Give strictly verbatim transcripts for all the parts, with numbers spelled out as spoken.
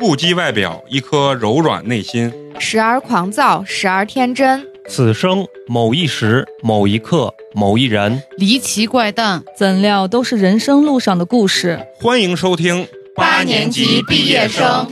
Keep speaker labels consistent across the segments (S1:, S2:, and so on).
S1: 不羁外表，一颗柔软内心，
S2: 时而狂躁，时而天真。
S3: 此生某一时、某一刻、某一人，
S4: 离奇怪诞，
S5: 怎料都是人生路上的故事。
S1: 欢迎收听
S2: 八年级毕业生。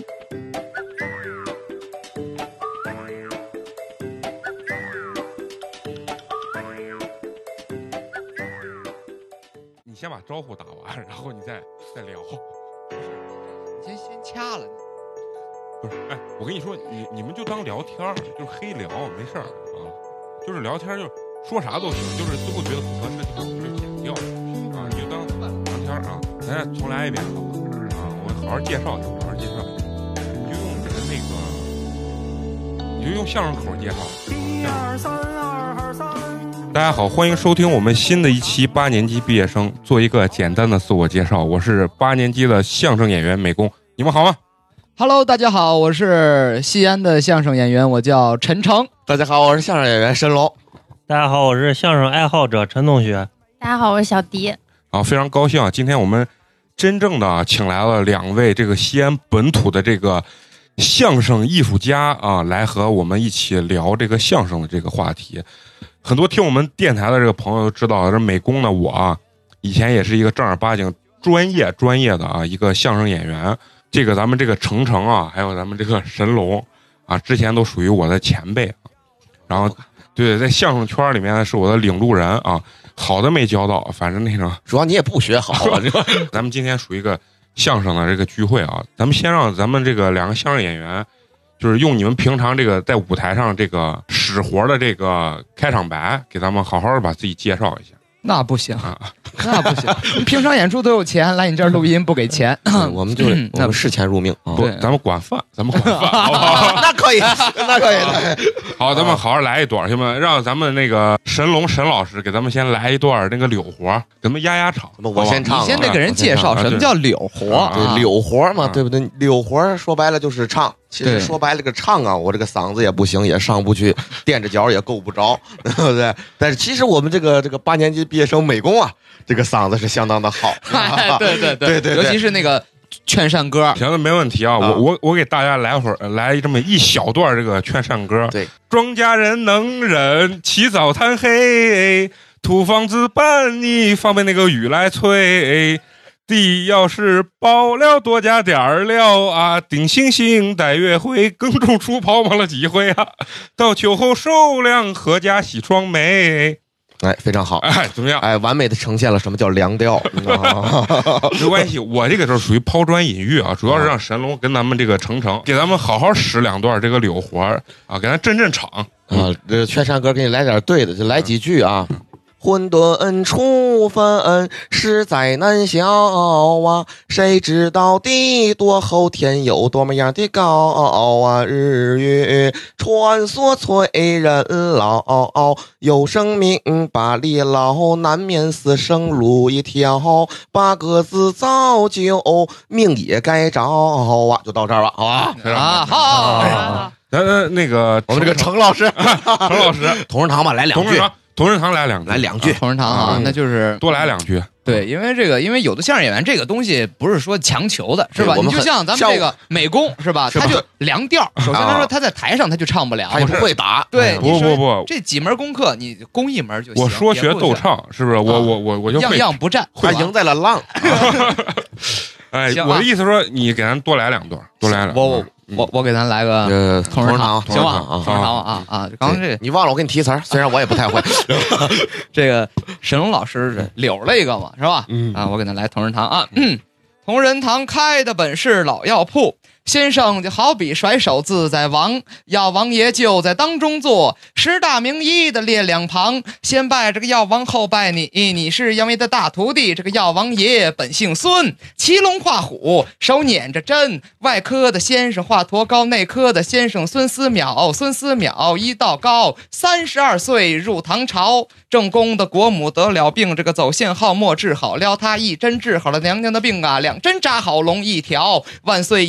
S1: 你先把招呼打完，然后你再再聊。
S4: 你先先掐了。
S1: 不是，哎，我跟你说，你你们就当聊天，就是黑聊，没事儿啊，就是聊天，就是说啥都行，就是最后觉得不合适的地方就剪掉啊，你就当聊天啊。咱再重来一遍好吧？啊，我好好介绍一下，好好介绍一下，你就用这个那个，你就用相声口介绍。一二三，二三。大家好，欢迎收听我们新的一期八年级毕业生，做一个简单的自我介绍。我是八年级的相声演员美工，你们好吗
S4: ？Hello， 大家好，我是西安的相声演员，我叫陈成。
S6: 大家好，我是相声演员申龙。
S3: 大家好，我是相声爱好者陈同学。
S2: 大家好，我是小迪。
S1: 啊，非常高兴啊！今天我们真正的、啊、请来了两位这个西安本土的这个相声艺术家啊，来和我们一起聊这个相声的这个话题。很多听我们电台的这个朋友都知道，这美工呢，我啊以前也是一个正儿八经专业专业的啊一个相声演员。这个咱们这个程程啊，还有咱们这个神龙啊，之前都属于我的前辈，然后对，在相声圈里面是我的领路人啊，好的没教到，反正那种
S6: 主要你也不学好啊。
S1: 咱们今天属于一个相声的这个聚会啊，咱们先让咱们这个两个相声演员，就是用你们平常这个在舞台上这个使活的这个开场白，给咱们好好的把自己介绍一下。
S4: 那不行
S1: 啊，
S4: 那不行！平常演出都有钱，来你这儿录音不给钱，
S6: 我们就是我们视钱如命。
S1: 不，咱们管饭，咱们管饭，好不好？
S6: 那可以，那可以。
S1: 好，咱们好好来一段，行吗？让咱们那个神龙神老师给咱们先来一段那个柳活，给咱们压压场。
S6: 我先唱，
S4: 你先得给人介绍什么叫柳活。
S6: 对，柳活嘛，对不对？柳活说白了就是唱。其实说白了，这个唱啊，我这个嗓子也不行，也上不去，垫着脚也够不着，对不对？但是其实我们这个这个八年级毕业生美工啊，这个嗓子是相当的好。
S4: 对对
S6: 对对，
S4: 尤其是那个劝善歌。
S1: 行了，没问题啊！我我我给大家来会儿，来这么一小段这个劝善歌。
S6: 对，
S1: 庄稼人能忍，起早贪黑，土房子搬泥，方便那个雨来催。地要是包了多加点儿料啊，顶星星带月会，耕种出跑忙了几回啊，到秋后收粮，阖家洗窗眉。
S6: 哎，非常好，
S1: 哎，怎么样？
S6: 哎，完美的呈现了什么叫凉调。
S1: 没关系，我这个就属于抛砖引玉啊，主要是让神龙跟咱们这个程程给咱们好好使两段这个柳活啊，给咱镇镇场
S6: 啊。这个劝善歌给你来点对的，就来几句啊。混沌初分，实在难消啊！谁知道地多厚，天有多么样的高啊！日月穿梭催人老，有生命把力劳，难免死生路一条。八个字造就命也该着啊！就到这儿了，好吧？
S4: 啊，好。
S1: 咱那个
S6: 我们这个程老师，
S1: 程老师，
S6: 同仁堂吧，来两句。
S1: 同仁堂来两句，
S6: 来两句。
S4: 同仁堂啊，那就是
S1: 多来两句。
S4: 对，因为这个，因为有的相声演员这个东西不是说强求的，是吧？你就像咱们这个美工是吧？他就凉调。首先他说他在台上他就唱不了，
S6: 他也不会打。
S4: 对，
S1: 不不不，
S4: 这几门功课你攻一门就行。
S1: 我说学逗唱是不是？我我我我就
S4: 样样不占，
S6: 他赢在了浪。
S1: 哎，我的意思说，你给咱多来两段，多来两。
S4: 我我我我给咱来个同仁堂，行吧？同仁堂啊啊！刚刚这
S6: 你忘了我给你提词儿，虽然我也不太会。
S4: 这个神龙老师柳了一个嘛，是吧？啊，我给他来同仁堂啊。嗯，同仁堂开的本是老药铺。先生就好比甩手自在王，药王爷就在当中坐，十大名医的列两旁，先拜这个药王，后拜你，你是杨爷的大徒弟。这个药王爷本姓孙，骑龙画虎，手捻着针，外科的先生华佗高，内科的先生孙思邈，孙思邈医道高，三十二岁入唐朝，正宫的国母得了病，这个走线号末治好了，他一针治好了娘娘的病啊，两针扎好龙一条，万岁一见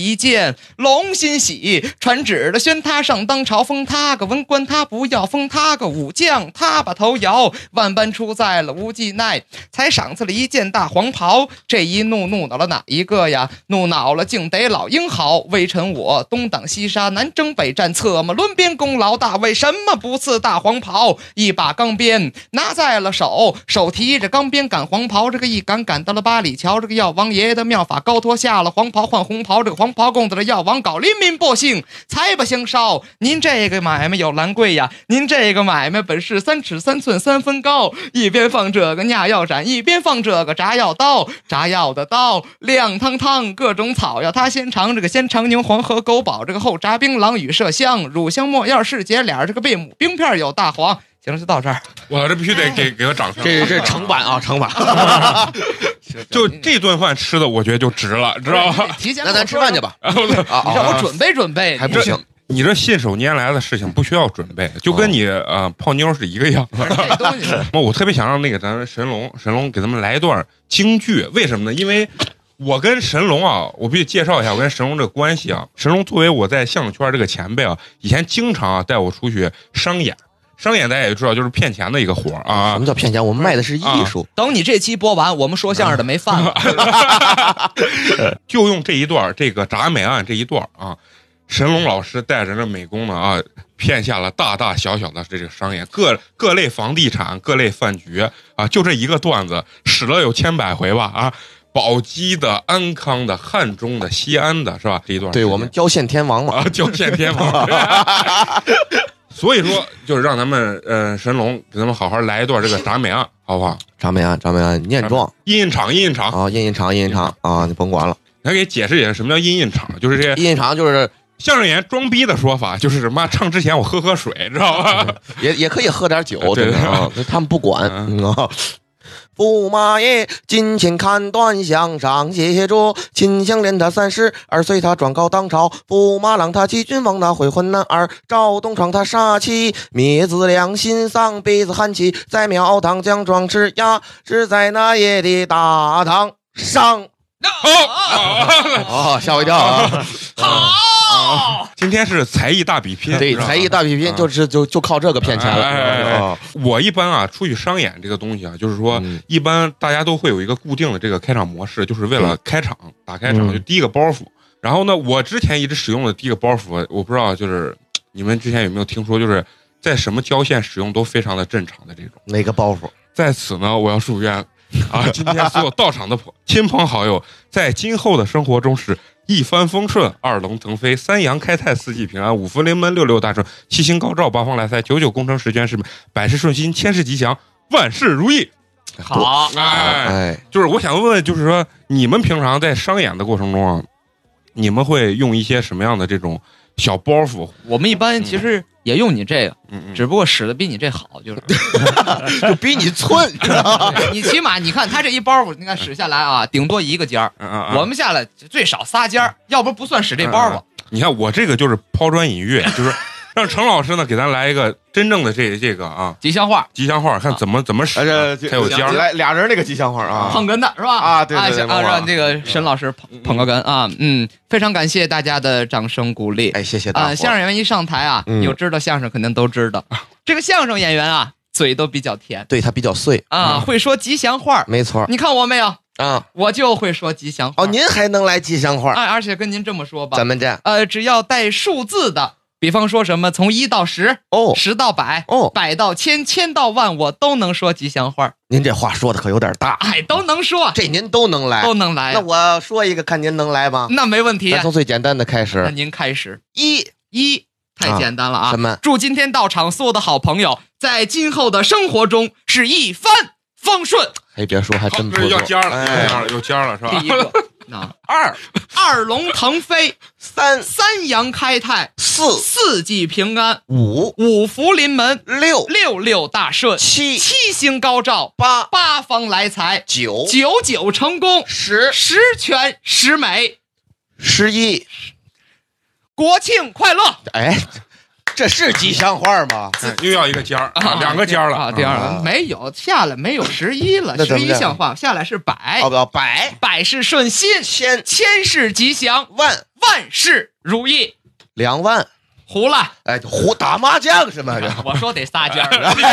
S4: 见龙欣喜，传旨的宣他上当朝，封他个文官，他不要封他个武将，他把头摇，万般出在了无计奈，才赏赐了一件大黄袍。这一怒怒恼了哪一个呀？怒恼了竟得老英豪，微臣我东挡西杀，南征北战，策马抡鞭，功劳大，为什么不赐大黄袍？一把钢鞭拿在了手，手提着钢鞭赶黄袍，这个一赶赶到了八里桥，这个药王爷的妙法高脱，下了黄袍换红袍，这个黄袍供在了药王搞临民百姓，财不相烧。您这个买卖有兰贵呀，您这个买卖本是三尺三寸三分高，一边放这个压药斩，一边放这个炸药刀，炸药的刀亮堂堂，各种草药他先尝，这个先尝牛黄和狗宝，这个后炸槟榔与麝香，乳香没药是结脸，这个贝母冰片有大黄。行了，就到这儿。
S1: 我这必须得给给个掌声。
S6: 这这成版啊，成版。
S1: 就这顿饭吃的，我觉得就值了，知道吧？
S4: 提前
S6: 那咱吃饭去吧。
S4: 啊，你让我准备准备，
S6: 还不行。
S1: 你这信手拈来的事情不需要准备，就跟你呃泡妞是一个样子。
S4: 这东西，
S1: 我特别想让那个咱神龙神龙给咱们来一段京剧，为什么呢？因为我跟神龙啊，我必须介绍一下我跟神龙这个关系啊。神龙作为我在相声圈这个前辈啊，以前经常啊带我出去商演。商演大家也知道，就是骗钱的一个活儿啊。
S6: 什么叫骗钱？我们卖的是艺术。
S1: 啊、
S4: 等你这期播完，我们说相声的没饭了。
S1: 就用这一段这个铡美案这一段啊，神龙老师带着这美工呢啊，骗下了大大小小的这个商演，各各类房地产、各类饭局啊，就这一个段子使了有千百回吧啊。宝鸡的、安康的、汉中的、西安的，是吧？这一段
S6: 对我们郊县天王嘛，
S1: 啊，郊县天王。所以说，就是让咱们呃神龙给咱们好好来一段这个铡美案，好不好？
S6: 铡美案，铡美案，念状，
S1: 印印场，印印场
S6: 啊，印印场，印印场啊，你甭管了。
S1: 来给解释解释什么叫印印场，就是这
S6: 印印场就是
S1: 相声演员装逼的说法，就是什么唱之前我喝喝水，知道吧？
S6: 也也可以喝点酒，
S1: 对
S6: 对啊，他们不管啊。驸马爷近亲看端详上写着，秦香莲他三十二岁，他转告当朝。驸马郎他继君王他悔婚男儿，赵东窗他杀妻，灭子良心丧，鼻子寒气，在庙堂将壮士压制在那夜的大堂上。哦，吓我一跳啊！
S4: 好，
S1: 今天是才艺大比拼，
S6: 对，才艺大比拼就是就就靠这个骗钱了。
S1: 哎哎哎哎我一般啊出去商演这个东西啊，就是说、嗯、一般大家都会有一个固定的这个开场模式，就是为了开场、嗯、打开场就第一个包袱。然后呢，我之前一直使用的第一个包袱，我不知道就是你们之前有没有听说，就是在什么郊县使用都非常的正常的这种。
S6: 哪个包袱？
S1: 在此呢，我要祝愿。啊！今天所有到场的亲朋好友，在今后的生活中是一帆风顺、二龙腾飞、三阳开泰、四季平安、五福临门、六六大顺、七星高照、八方来财、九九功成、十全十美、百事顺心、千事吉祥、万事如意。
S4: 好，
S1: 哎，哎就是我想问问，就是说你们平常在商演的过程中啊，你们会用一些什么样的这种小包袱？
S4: 我们一般其实也用你这个，
S1: 嗯嗯、
S4: 只不过使的比你这好，就是
S6: 就比你寸。
S4: 你起码你看他这一包袱，你看使下来啊，顶多一个尖儿、
S1: 嗯嗯嗯，
S4: 我们下来最少仨尖儿，要不不算使这包袱、
S1: 嗯嗯。你看我这个就是抛砖引玉，就是让程老师呢给咱来一个真正的这这个啊
S4: 吉祥话，
S1: 吉祥话，看怎么、啊、怎么使才有尖儿。
S6: 来俩人那个吉祥话啊，
S4: 捧哏的是吧？
S6: 啊，对对对，
S4: 啊，让这个沈老师捧捧个哏啊，嗯，非常感谢大家的掌声鼓励，
S6: 哎，谢谢大家。
S4: 啊，相声演员一上台啊，有知道相声肯定都知道，这个相声演员啊，嘴都比较甜，
S6: 对他比较碎
S4: 啊，会说吉祥话，
S6: 没错。
S4: 你看我没有？
S6: 啊，
S4: 我就会说吉祥话。
S6: 哦，您还能来吉祥话？
S4: 哎，而且跟您这么说吧，
S6: 怎么着？
S4: 呃，只要带数字的，比方说什么从一到十，
S6: 哦，
S4: 十到百，
S6: 哦，
S4: 百到千，千到万，我都能说吉祥话。
S6: 您这话说的可有点大，
S4: 哎，都能说，
S6: 这您都能来，
S4: 都能来。
S6: 那我说一个，看您能来吗？
S4: 那没问题、啊。
S6: 咱从最简单的开始。
S4: 那您开始。
S6: 一
S4: 一太简单了啊！
S6: 什么？
S4: 祝今天到场所有的好朋友，在今后的生活中是一帆风顺。
S6: 哎，别说，还真不错。
S1: 要尖了，哎，有尖了，是吧？
S4: 第一个，那二二龙腾飞，
S6: 三
S4: 三阳开泰，
S6: 四
S4: 四季平安，
S6: 五
S4: 五福临门，
S6: 六
S4: 六六大顺，
S6: 七
S4: 七星高照，
S6: 八
S4: 八方来财，
S6: 九
S4: 九九成功，
S6: 十
S4: 十全十美，
S6: 十一
S4: 国庆快乐。
S6: 哎。这是吉祥话吗？
S1: 又要一个尖儿、啊，两个尖儿了
S4: 啊！第二个没有下来，没有十一了，十一像话，下来是百。
S6: 哦不，百
S4: 百事顺心，
S6: 千
S4: 千事吉祥，
S6: 万
S4: 万事如意。
S6: 两万，
S4: 胡了，
S6: 哎，胡打麻将是吗？
S4: 我说得仨尖儿，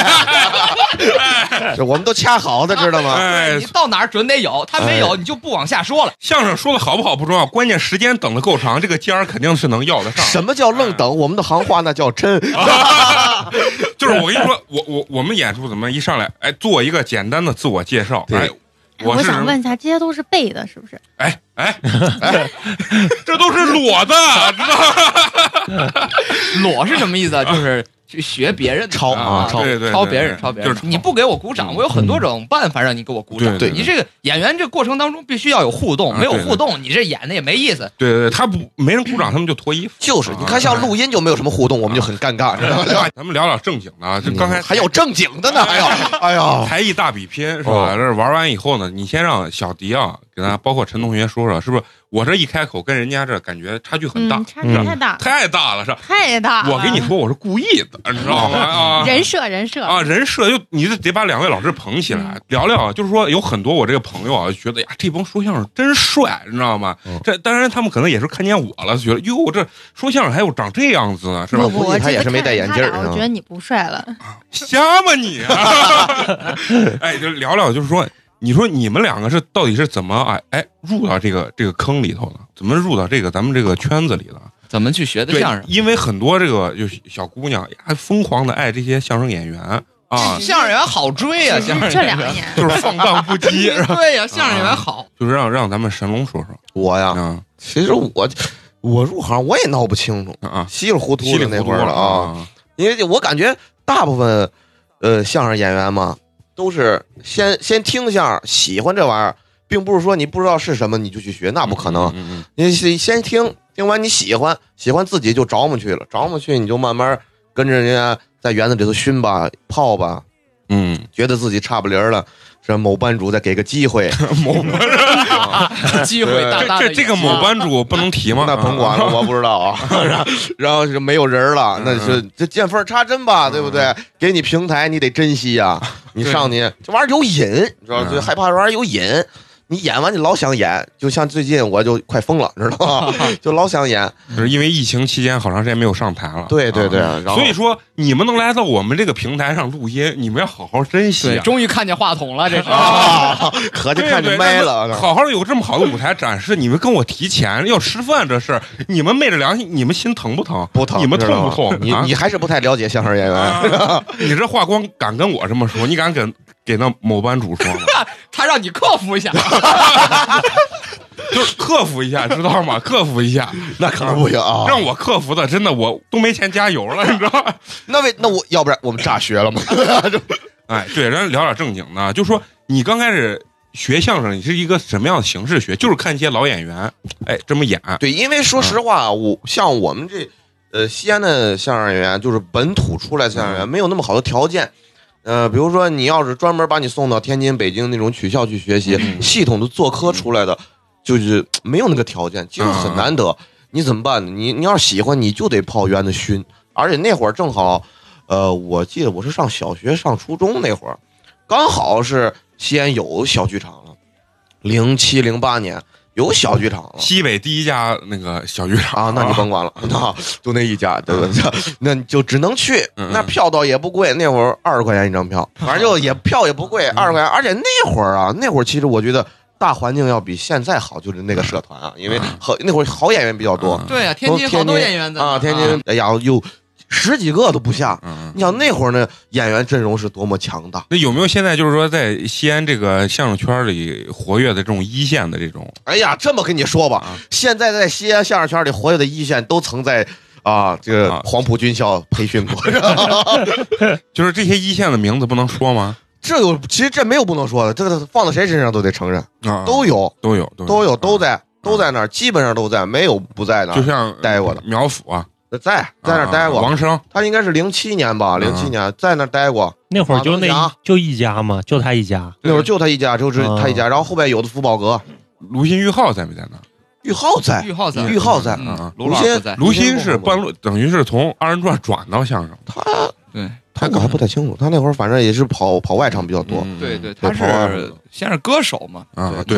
S6: 这我们都掐好的，知道吗？
S1: 哎
S4: 你，到哪儿准得有，他没有你就不往下说了。
S1: 相声说的好不好不重要，关键时间等的够长，这个尖儿肯定是能要得上。
S6: 什么叫愣等？我们的行话那叫真。
S1: 就是我跟你说，我我我们演出怎么一上来，哎，做一个简单的自我介绍，
S6: 对
S1: 哎，
S2: 我
S1: 是
S2: 想问一下，这些都是背的，是不是？
S1: 哎哎哎，这都是裸的，知道吗？
S4: 裸是什么意思啊？就是去学别人的
S6: 抄
S1: 啊
S6: 抄
S1: 对对对
S4: 抄别人，抄别人。
S1: 就是
S4: 你不给我鼓掌，我有很多种办法让你给我鼓掌。
S1: 对
S4: 你这个演员这过程当中必须要有互动，
S1: 啊
S4: 没有互动，你这演的也没意思。
S1: 对对对，他不没人鼓掌，他们就脱衣服。
S6: 就是，你看像录音就没有什么互动，我们就很尴尬，知道吗？
S1: 咱们聊聊正经的啊，就刚才
S6: 还有正经的呢，还有，哎呀，
S1: 才艺大比拼是吧？
S6: 哦
S1: 这玩完以后呢，你先让小迪啊，给咱包括陈同学说说，是不是？我这一开口跟人家这感觉差距很大，
S2: 嗯，差距太大，
S1: 太大了，是吧？
S2: 太大了。
S1: 我跟你说，我是故意的，你知道吗？啊，
S2: 人设人设
S1: 啊，人设就你就得把两位老师捧起来，聊聊。就是说，有很多我这个朋友啊，觉得呀，这帮说相声真帅，你知道吗？这当然他们可能也是看见我了，觉得哟，这说相声还有长这样子呢，是吧
S2: 不？不，
S6: 估
S2: 我
S6: 计他也是没戴眼镜儿
S2: 这次看着他俩我觉得你不帅了。
S1: 瞎吗你？哎，就聊聊，就是说，你说你们两个是到底是怎么哎哎入到这个这个坑里头的？怎么入到这个咱们这个圈子里的？
S4: 怎么去学的
S1: 对
S4: 相声？
S1: 因为很多这个就是小姑娘还疯狂的爱这些相声演员啊，
S4: 相声演员好追啊，相声
S2: 这
S4: 演员
S2: 两年
S1: 就是放荡不羁，是吧？
S4: 对呀，相声演员好。
S1: 就是让让咱们神龙说说
S6: 我呀，
S1: 啊
S6: 其实我我入行我也闹不清楚，
S1: 啊，
S6: 稀里糊涂
S1: 稀里糊涂
S6: 的那会儿了啊，因为我感觉大部分呃相声演员嘛，都是先先听相声，喜欢这玩意儿，并不是说你不知道是什么你就去学，那不可能。
S1: 嗯嗯
S6: 你先先听，听完你喜欢，喜欢自己就着魔去了，着魔去你就慢慢跟着人家在园子里头熏吧、泡吧，
S1: 嗯，
S6: 觉得自己差不离儿了，是某班主再给个机会，
S1: 某
S4: 机会大大的
S1: 这这这个某班主不能提吗？
S6: 那甭管了，我不知道啊。然后然后是没有人了，那是这见缝插针吧，对不对？给你平台，你得珍惜呀。你上去这玩意儿有瘾，你知道，就害怕这玩意儿有瘾。你演完你老想演，就像最近我就快疯了，知道吗？就老想演。
S1: 就是因为疫情期间好长时间没有上台了。
S6: 对对对，
S1: 啊
S6: 然后
S1: 所以说你们能来到我们这个平台上录音，你们要好好珍惜
S4: 对，
S1: 啊。
S4: 终于看见话筒了，这是。
S6: 啊，可就看见麦了。
S1: 好好有这么好的舞台展示，你们跟我提前要吃饭这事儿，你们昧着良心，你们心疼不疼？
S6: 不疼，
S1: 你们
S6: 知道吗
S1: 痛不痛？啊
S6: 你你还是不太了解相声演员。
S1: 啊你这话光敢跟我这么说，你敢跟给那某班主说吗？
S4: 他让你克服一下，
S1: 就是克服一下，知道吗？克服一下，
S6: 那可能不行啊。
S1: 让我克服的，真的我都没钱加油了，你知道吗？
S6: 那为那我要不然我们炸学了吗？
S1: 哎，对，咱聊点正经的，就说你刚开始学相声，你是一个什么样的形式学？就是看一些老演员，哎，这么演。
S6: 对，因为说实话，我像我们这呃西安的相声演员，就是本土出来的相声演员，没有那么好的条件。呃，比如说你要是专门把你送到天津、北京那种曲校去学习，
S1: 嗯
S6: 系统的做科出来的，就是没有那个条件，机会很难得。你怎么办呢？你你要是喜欢，你就得泡园子熏。而且那会儿正好，呃，我记得我是上小学、上初中那会儿，刚好是西安有小剧场了，零七零八年。有小剧场了，
S1: 西北第一家那个小剧场
S6: 啊，那你甭管了，那就那一家，对不对？那你就只能去，
S1: 嗯
S6: 那票倒也不贵，那会儿二十块钱一张票，反正就也票也不贵，二十块钱。而且那会儿啊，那会儿其实我觉得大环境要比现在好，就是那个社团啊，因为好那会儿好演员比较多。
S4: 对啊，天津好多演员的
S6: 啊，天津哎呀有十几个都不下。
S1: 嗯
S6: 你想那会儿呢，演员阵容是多么强大。
S1: 那有没有现在就是说在西安这个相声圈里活跃的这种一线的这种？
S6: 哎呀，这么跟你说吧，
S1: 啊
S6: 现在在西安相声圈里活跃的一线都曾在啊这个
S1: 啊
S6: 黄埔军校培训过。
S1: 就是这些一线的名字不能说吗？
S6: 这有其实这没有不能说的，这个放到谁身上都得承认，
S1: 啊，
S6: 都有
S1: 都有
S6: 都有都
S1: 在，
S6: 在都在那儿，基本上都在，没有不在的。
S1: 就像
S6: 待过的
S1: 苗阜啊，
S6: 在在那儿待过，
S1: 王声，
S6: 他应该是零七年吧，零七年在那儿待过。
S3: 那会儿就那
S6: 马东霞
S3: 就一家嘛，就他一家。
S6: 那会儿就他一家，就是他一家，然后后边有的福宝阁，
S1: 卢鑫、玉浩在没在那？
S6: 玉浩在，
S4: 玉浩在，
S6: 玉浩在，
S4: 嗯，
S6: 卢鑫
S4: 卢老不在，
S1: 卢鑫是半路，等于是从二人转转到相声。
S6: 他
S4: 对
S6: 他我还不太清楚，他那会儿反正也是跑跑外场比较多。
S1: 嗯
S4: 对对，
S6: 对
S4: 他
S6: 跑外
S4: 是先是歌手嘛，
S1: 啊，对
S6: 歌，手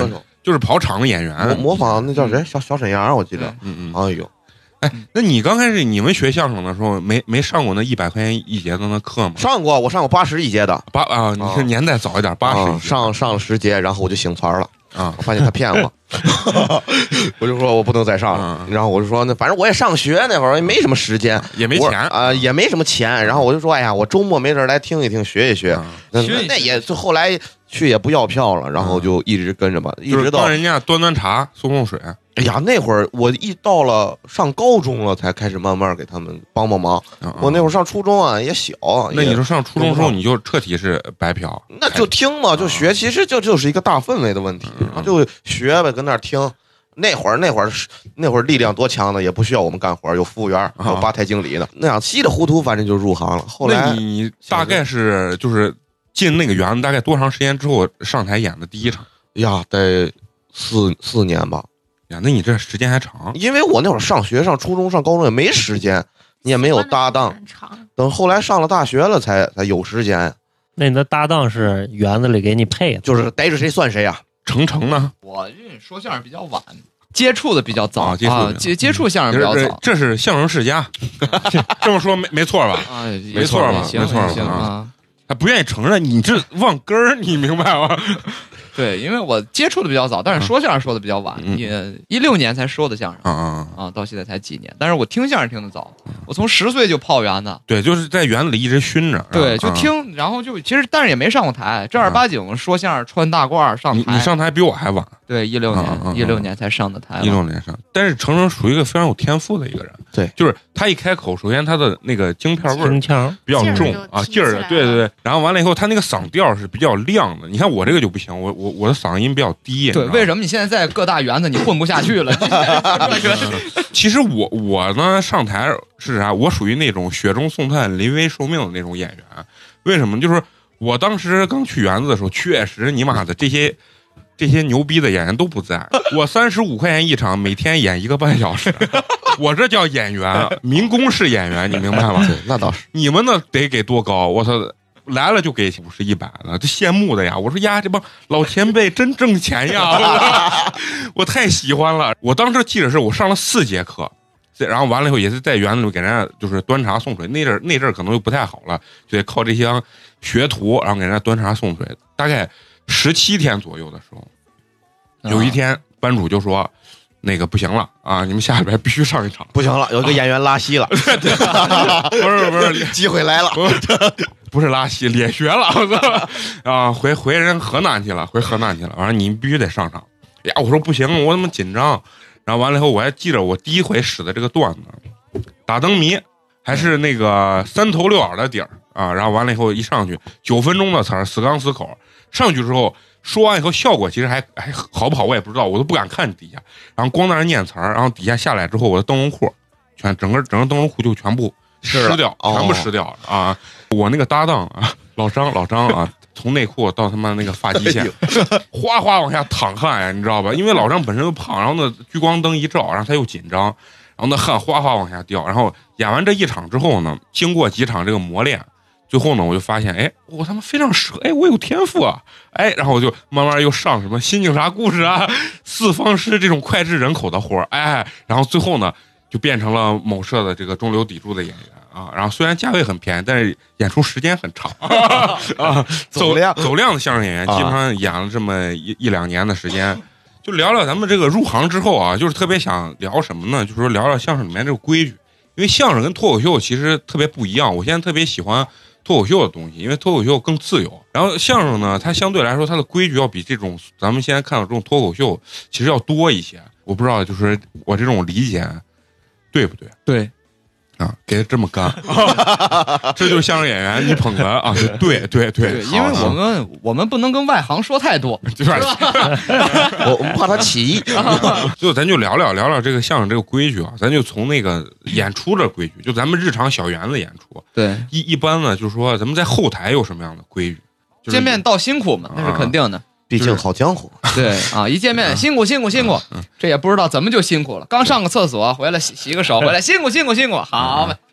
S1: 就是跑场的演员，
S6: 模模仿那叫谁小小沈阳，我记得，
S1: 嗯嗯，
S6: 哎呦，
S1: 哎，那你刚开始你们学相声的时候，没没上过那一百块钱一节的那课吗？
S6: 上过，我上过八十一节的，
S1: 八啊，你是年代早一点，八十、
S6: 啊、上上了十节，然后我就醒团了。
S1: 啊！
S6: 我发现他骗我，我就说我不能再上了。然后我就说，那反正我也上学那会儿也没什么时间，
S1: 也没钱
S6: 啊、呃，也没什么钱。然后我就说，哎呀，我周末没事来听一听，学一学。
S1: 啊、
S6: 那那也就后来去也不要票了，然后就一直跟着吧，一直到
S1: 帮人家端端茶、送送水。
S6: 哎呀，那会儿我一到了上高中了，才开始慢慢给他们帮帮忙。
S1: 嗯嗯、
S6: 我那会儿上初中啊，也小。
S1: 那你说上初中的时候，你就彻底是白嫖？
S6: 那就听嘛，就学，其实就就是一个大氛围的问题，
S1: 嗯、
S6: 然后就学呗，跟那儿听。那会儿那会儿那会儿力量多强呢，也不需要我们干活，有服务员，有吧台经理的，那样稀里糊涂，反正就入行了。后来
S1: 你大概是就是进那个园子大概多长时间之后上台演的第一场？
S6: 呀，得四四年吧。
S1: 呀，那你这时间还长。
S6: 因为我那会儿上学，上初中、上高中也没时间，你也没有搭档。等后来上了大学了才，才才有时间。
S3: 那你的搭档是园子里给你配的，
S6: 就是逮着谁算谁啊？
S1: 程程呢？
S4: 我因为说相声比较晚，接触的比较早
S1: 啊，接触、
S4: 啊、接接触相声比较早。
S1: 这是相声世家，这么说没没错吧？
S4: 啊，
S1: 没错吧？没错
S4: 吧？
S1: 啊，还不愿意承认，你这忘根儿，你明白吗？
S4: 对，因为我接触的比较早，但是说相声说的比较晚，也一六年才说的相声
S1: 啊
S4: 啊，到现在才几年。但是我听相声听的早，我从十岁就泡园子，
S1: 对，就是在园子里一直熏着，
S4: 对，就听，然后就其实但是也没上过台，正儿八经说相声穿大褂上台。
S1: 你上台比我还晚，
S4: 对，一六年一六年才上的台，
S1: 一六年上。但是程程属于一个非常有天赋的一个人，
S6: 对，
S1: 就是他一开口，首先他的那个京片味儿比较重啊，劲儿，对对对。然后完了以后，他那个嗓调是比较亮的。你看我这个就不行，我我我的嗓音比较低。
S4: 对，为什么你现在在各大园子你混不下去了？
S1: 其实我我呢上台是啥？我属于那种雪中送炭、临危受命的那种演员。为什么？就是我当时刚去园子的时候，确实你妈的这些这些牛逼的演员都不在。我三十五块钱一场，每天演一个半小时，我这叫演员，民工式演员，你明白吗？
S6: 对，那倒是。
S1: 你们那得给多高？我操！来了就给五十一百了，这羡慕的呀！我说呀，这帮老前辈真挣钱呀！我, 我太喜欢了。我当时记得是我上了四节课，然后完了以后也是在园子里给人家就是端茶送水。那阵那阵可能又不太好了，就得靠这些学徒，然后给人家端茶送水。大概十七天左右的时候，有一天班主就说。那个不行了啊！你们下礼拜必须上一场。
S6: 不行了，有一个演员拉稀了。
S1: 不是不是，
S6: 机会来了。
S1: 不是，不是拉稀，裂学了。我操！啊，回回人河南去了，回河南去了。完了，你必须得上场。呀，我说不行，我怎么紧张？然后完了以后，我还记着我第一回使的这个段子，打灯谜，还是那个三头六耳的底儿啊。然后完了以后一上去，九分钟的词儿，死刚死口。上去之后。说完以后效果其实还还好不好我也不知道，我都不敢看底下，然后光在那念词儿，然后底下下来之后我的灯笼裤全整个整个灯笼裤就全部湿掉，
S6: 哦、
S1: 全部湿掉了啊！我那个搭档啊，老张老张啊，从内裤到他妈那个发际线，哗哗往下淌汗呀，你知道吧？因为老张本身又胖，然后那聚光灯一照，然后他又紧张，然后那汗哗哗往下掉。然后演完这一场之后呢，经过几场这个磨练。最后呢，我就发现，哎，我他妈非常适合，哎，我有天赋啊，哎，然后我就慢慢又上什么新警察故事啊、四方师这种脍炙人口的活儿，哎，然后最后呢，就变成了某社的这个中流砥柱的演员啊。然后虽然价位很便宜，但是演出时间很长啊，走量走量的相声演员，基本上演了这么一一两年的时间。就聊聊咱们这个入行之后啊，就是特别想聊什么呢？就是说聊聊相声里面这个规矩，因为相声跟脱口秀其实特别不一样。我现在特别喜欢。脱口秀的东西，因为脱口秀更自由，然后相声呢，它相对来说它的规矩要比这种咱们现在看到这种脱口秀其实要多一些。我不知道，就是我这种理解对不对？
S4: 对，
S1: 啊，给这么干，这就是相声演员，你捧哏啊，对对对，
S4: 对，因为我们我们不能跟外行说太多，
S1: 就是
S6: 我我们怕他起义，
S1: 就咱就聊聊聊聊这个相声这个规矩啊，咱就从那个演出的规矩，就咱们日常小园子演出，
S4: 对，
S1: 一一般呢，就是说咱们在后台有什么样的规矩？
S4: 见面道辛苦嘛，那是肯定的。
S6: 毕竟好江湖，
S4: 对啊，一见面辛苦辛苦辛苦，这也不知道怎么就辛苦了。刚上个厕所回来洗洗个手回来，辛苦辛苦辛苦，好嘛，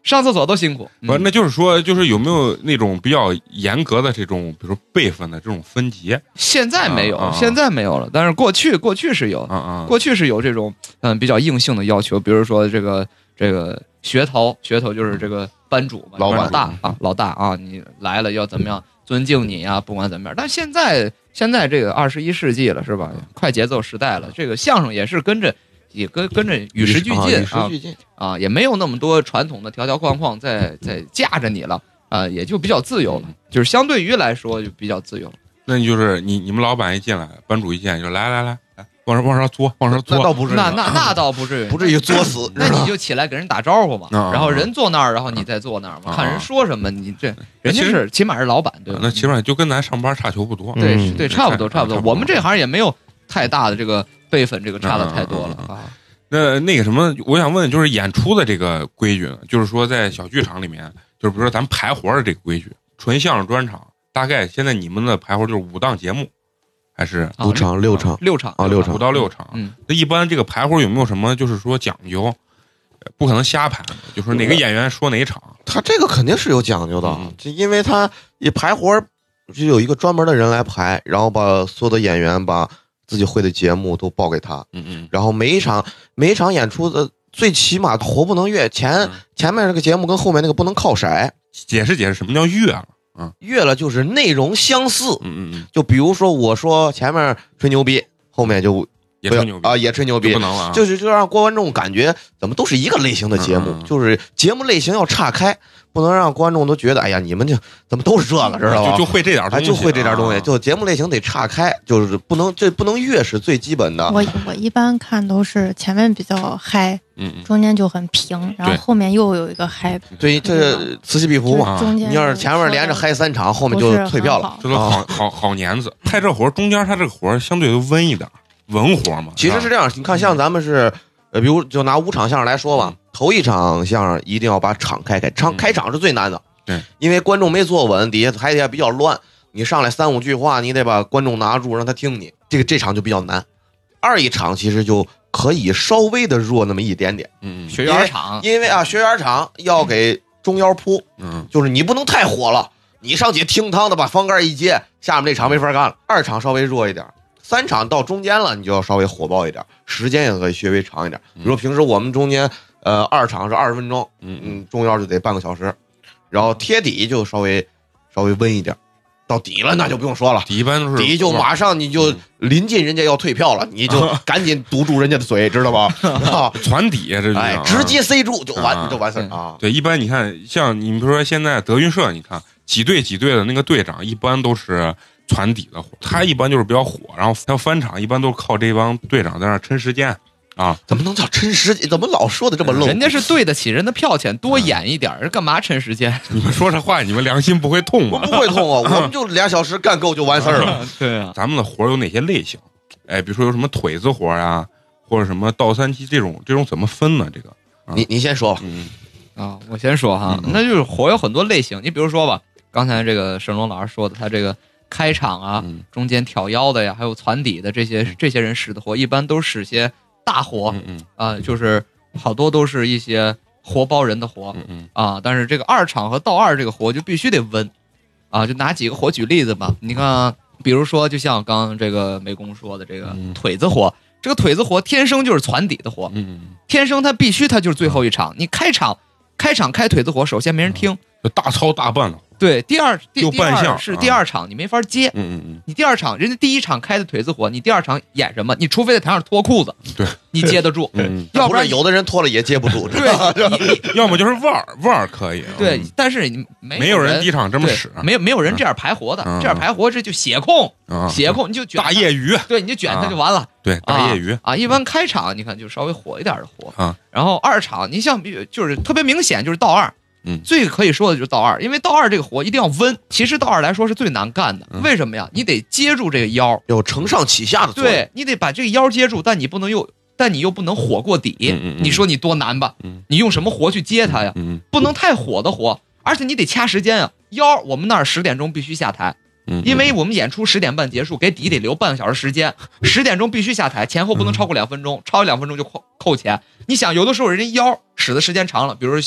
S4: 上厕所都辛苦。
S1: 不，那就是说，就是有没有那种比较严格的这种，比如说辈分的这种分级？
S4: 现在没有，
S1: 啊啊、
S4: 现在没有了，但是过去过去是有，
S1: 啊啊，
S4: 过去是有这种嗯比较硬性的要求，比如说这个这个学头，学头就是这个班主嘛，
S6: 老板
S4: 老大啊，老大啊，你来了要怎么样尊敬你呀、啊？不管怎么样，但现在现在这个二十一世纪了，是吧？快节奏时代了，这个相声也是跟着。也跟跟着与时俱进
S6: 与时俱进
S4: 啊，也没有那么多传统的条条框框在在架着你了啊，也就比较自由了，就是相对于来说就比较自由了。
S1: 那你就是你你们老板一进来，班主一进来就来来来来，往上往上坐，往上坐，
S6: 那倒不至于，
S4: 那那那倒不至于，
S6: 不至于作死。
S4: 那你就起来给人打招呼嘛，
S1: 啊、
S4: 然后人坐那儿，然后你再坐那儿嘛，啊、看人说什么，你这人家是起码是老板，对吧？
S1: 那起码就跟咱上班差球不多。
S4: 对、
S6: 嗯、
S4: 对，差不多差不多。我们这行也没有太大的这个辈分，这个差的太多了啊。
S1: 那那个什么，我想问，就是演出的这个规矩，就是说在小剧场里面，就是比如说咱们排活的这个规矩，纯相声专场，大概现在你们的排活就是五档节目，还是
S6: 五场、六场、
S4: 六场
S6: 啊，六场，
S1: 五到六场。
S4: 嗯，
S1: 那一般这个排活有没有什么就是说讲究？不可能瞎排，就说哪个演员说哪场，
S6: 他这个肯定是有讲究的，
S1: 嗯、
S6: 就因为他一排活就有一个专门的人来排，然后把所有的演员把。自己会的节目都报给他，
S1: 嗯嗯，
S6: 然后每一场每一场演出的最起码活不能越前、嗯、前面这个节目跟后面那个不能靠色。
S1: 解释解释什么叫越了？嗯，
S6: 越了就是内容相似，
S1: 嗯嗯嗯，
S6: 就比如说我说前面吹牛逼，后面就
S1: 也吹牛逼
S6: 啊，也吹牛逼，
S1: 就不能了、啊，
S6: 就是就让观众感觉怎么都是一个类型的节目，
S1: 嗯嗯嗯
S6: 就是节目类型要岔开。不能让观众都觉得，哎呀，你们就怎么都是这个，知道吧？
S1: 就就会这点东西，
S6: 就会这点东西，
S1: 啊、
S6: 就节目类型得岔开，就是不能这不能越是最基本的。
S2: 我我一般看都是前面比较嗨，
S1: 嗯，
S2: 中间就很平，然后后面又有一个嗨。
S6: 对，这此起彼伏嘛。
S2: 中间
S6: 你要是前面连着嗨三场，后面就退票了，
S1: 这都好好好年子。拍这活中间他这个活相对温一点，文活嘛。
S6: 其实是这样，你看，像咱们是。呃，比如就拿五场相声来说吧，头一场相声一定要把场开开，场开场是最难的，
S1: 对，
S6: 因为观众没坐稳，底下台底下比较乱，你上来三五句话，你得把观众拿住，让他听你，这个这场就比较难。二一场其实就可以稍微的弱那么一点点，
S1: 嗯，
S4: 学员场，
S6: 因为啊，学员场要给中腰铺，
S1: 嗯，
S6: 就是你不能太火了，你上去听汤的把房盖一接，下面这场没法干了。二场稍微弱一点。三场到中间了，你就要稍微火爆一点，时间也可以稍微长一点。比如说平时我们中间，呃，二场是二十分钟，嗯嗯，中腰就得半个小时，然后贴底就稍微稍微温一点，到底了那就不用说了，
S1: 底一般都是
S6: 底就马上你就临近人家要退票了，你就赶紧堵住人家的嘴，知道吧？
S1: 传底这
S6: 哎，直接塞住就完就完事儿啊。
S1: 对，一般你看像你比如说现在德云社，你看几队几队的那个队长，一般都是。传底的活，他一般就是比较火，然后他翻场一般都是靠这帮队长在那抻时间啊。
S6: 怎么能叫抻时间？怎么老说的这么漏？
S4: 人家是对得起人的票钱，多演一点，干嘛抻时间？
S1: 你们说这话，你们良心不会痛吗？
S6: 不会痛啊，我们就俩小时干够就完事儿了。
S4: 对啊，
S1: 咱们的活有哪些类型？哎，比如说有什么腿子活呀，或者什么倒三七这种，这种怎么分呢？这个，
S6: 啊、你你先说吧。
S1: 嗯
S4: 啊，我先说哈，嗯、那就是活有很多类型。你比如说吧，刚才这个沈龙老师说的，他这个。开场啊，中间挑腰的呀，还有攒底的这些这些人使的活，一般都使些大活，
S1: 嗯嗯
S4: 啊，就是好多都是一些活包人的活，
S1: 嗯嗯
S4: 啊，但是这个二场和倒二这个活就必须得温，啊，就拿几个活举例子吧。你看，比如说，就像刚刚这个美工说的这个腿子活，这个腿子活天生就是攒底的活，
S1: 嗯，
S4: 天生它必须它就是最后一场，你开场开场开腿子活，首先没人听，
S1: 就大操大办了。
S4: 对，第二第
S1: 又扮相
S4: 是第二场，你没法接。
S1: 嗯嗯嗯，
S4: 你第二场人家第一场开的腿子活，你第二场演什么？你除非在台上脱裤子，
S1: 对，
S4: 你接得住。
S1: 嗯，
S4: 要不然
S6: 有的人脱了也接不住。
S4: 对，你你
S1: 要么就是腕儿腕儿可以。
S4: 对，但是你没
S1: 没有人第一场这么使，
S4: 没有没有人这样排活的，这样排活这就血控，血控你就卷
S1: 大业余，
S4: 对，你就卷它就完了。
S1: 对，大业余
S4: 啊，一般开场你看就稍微火一点的活
S1: 啊，
S4: 然后二场你像就是特别明显就是倒二。
S1: 嗯，
S4: 最可以说的就是倒二，因为倒二这个活一定要温。其实倒二来说是最难干的，
S1: 嗯、
S4: 为什么呀？你得接住这个腰，
S6: 有承上启下的作用。
S4: 对，你得把这个腰接住，但你不能又，但你又不能火过底。
S1: 嗯嗯嗯、
S4: 你说你多难吧？
S1: 嗯、
S4: 你用什么活去接它呀？
S1: 嗯、
S4: 不能太火的活，而且你得掐时间啊。腰我们那儿十点钟必须下台。
S1: 嗯、
S4: 因为我们演出十点半结束，给底得留半个小时时间，十点钟必须下台，前后不能超过两分钟，超过两分钟就扣扣钱。你想，有的时候人家腰使的时间长了，比如说像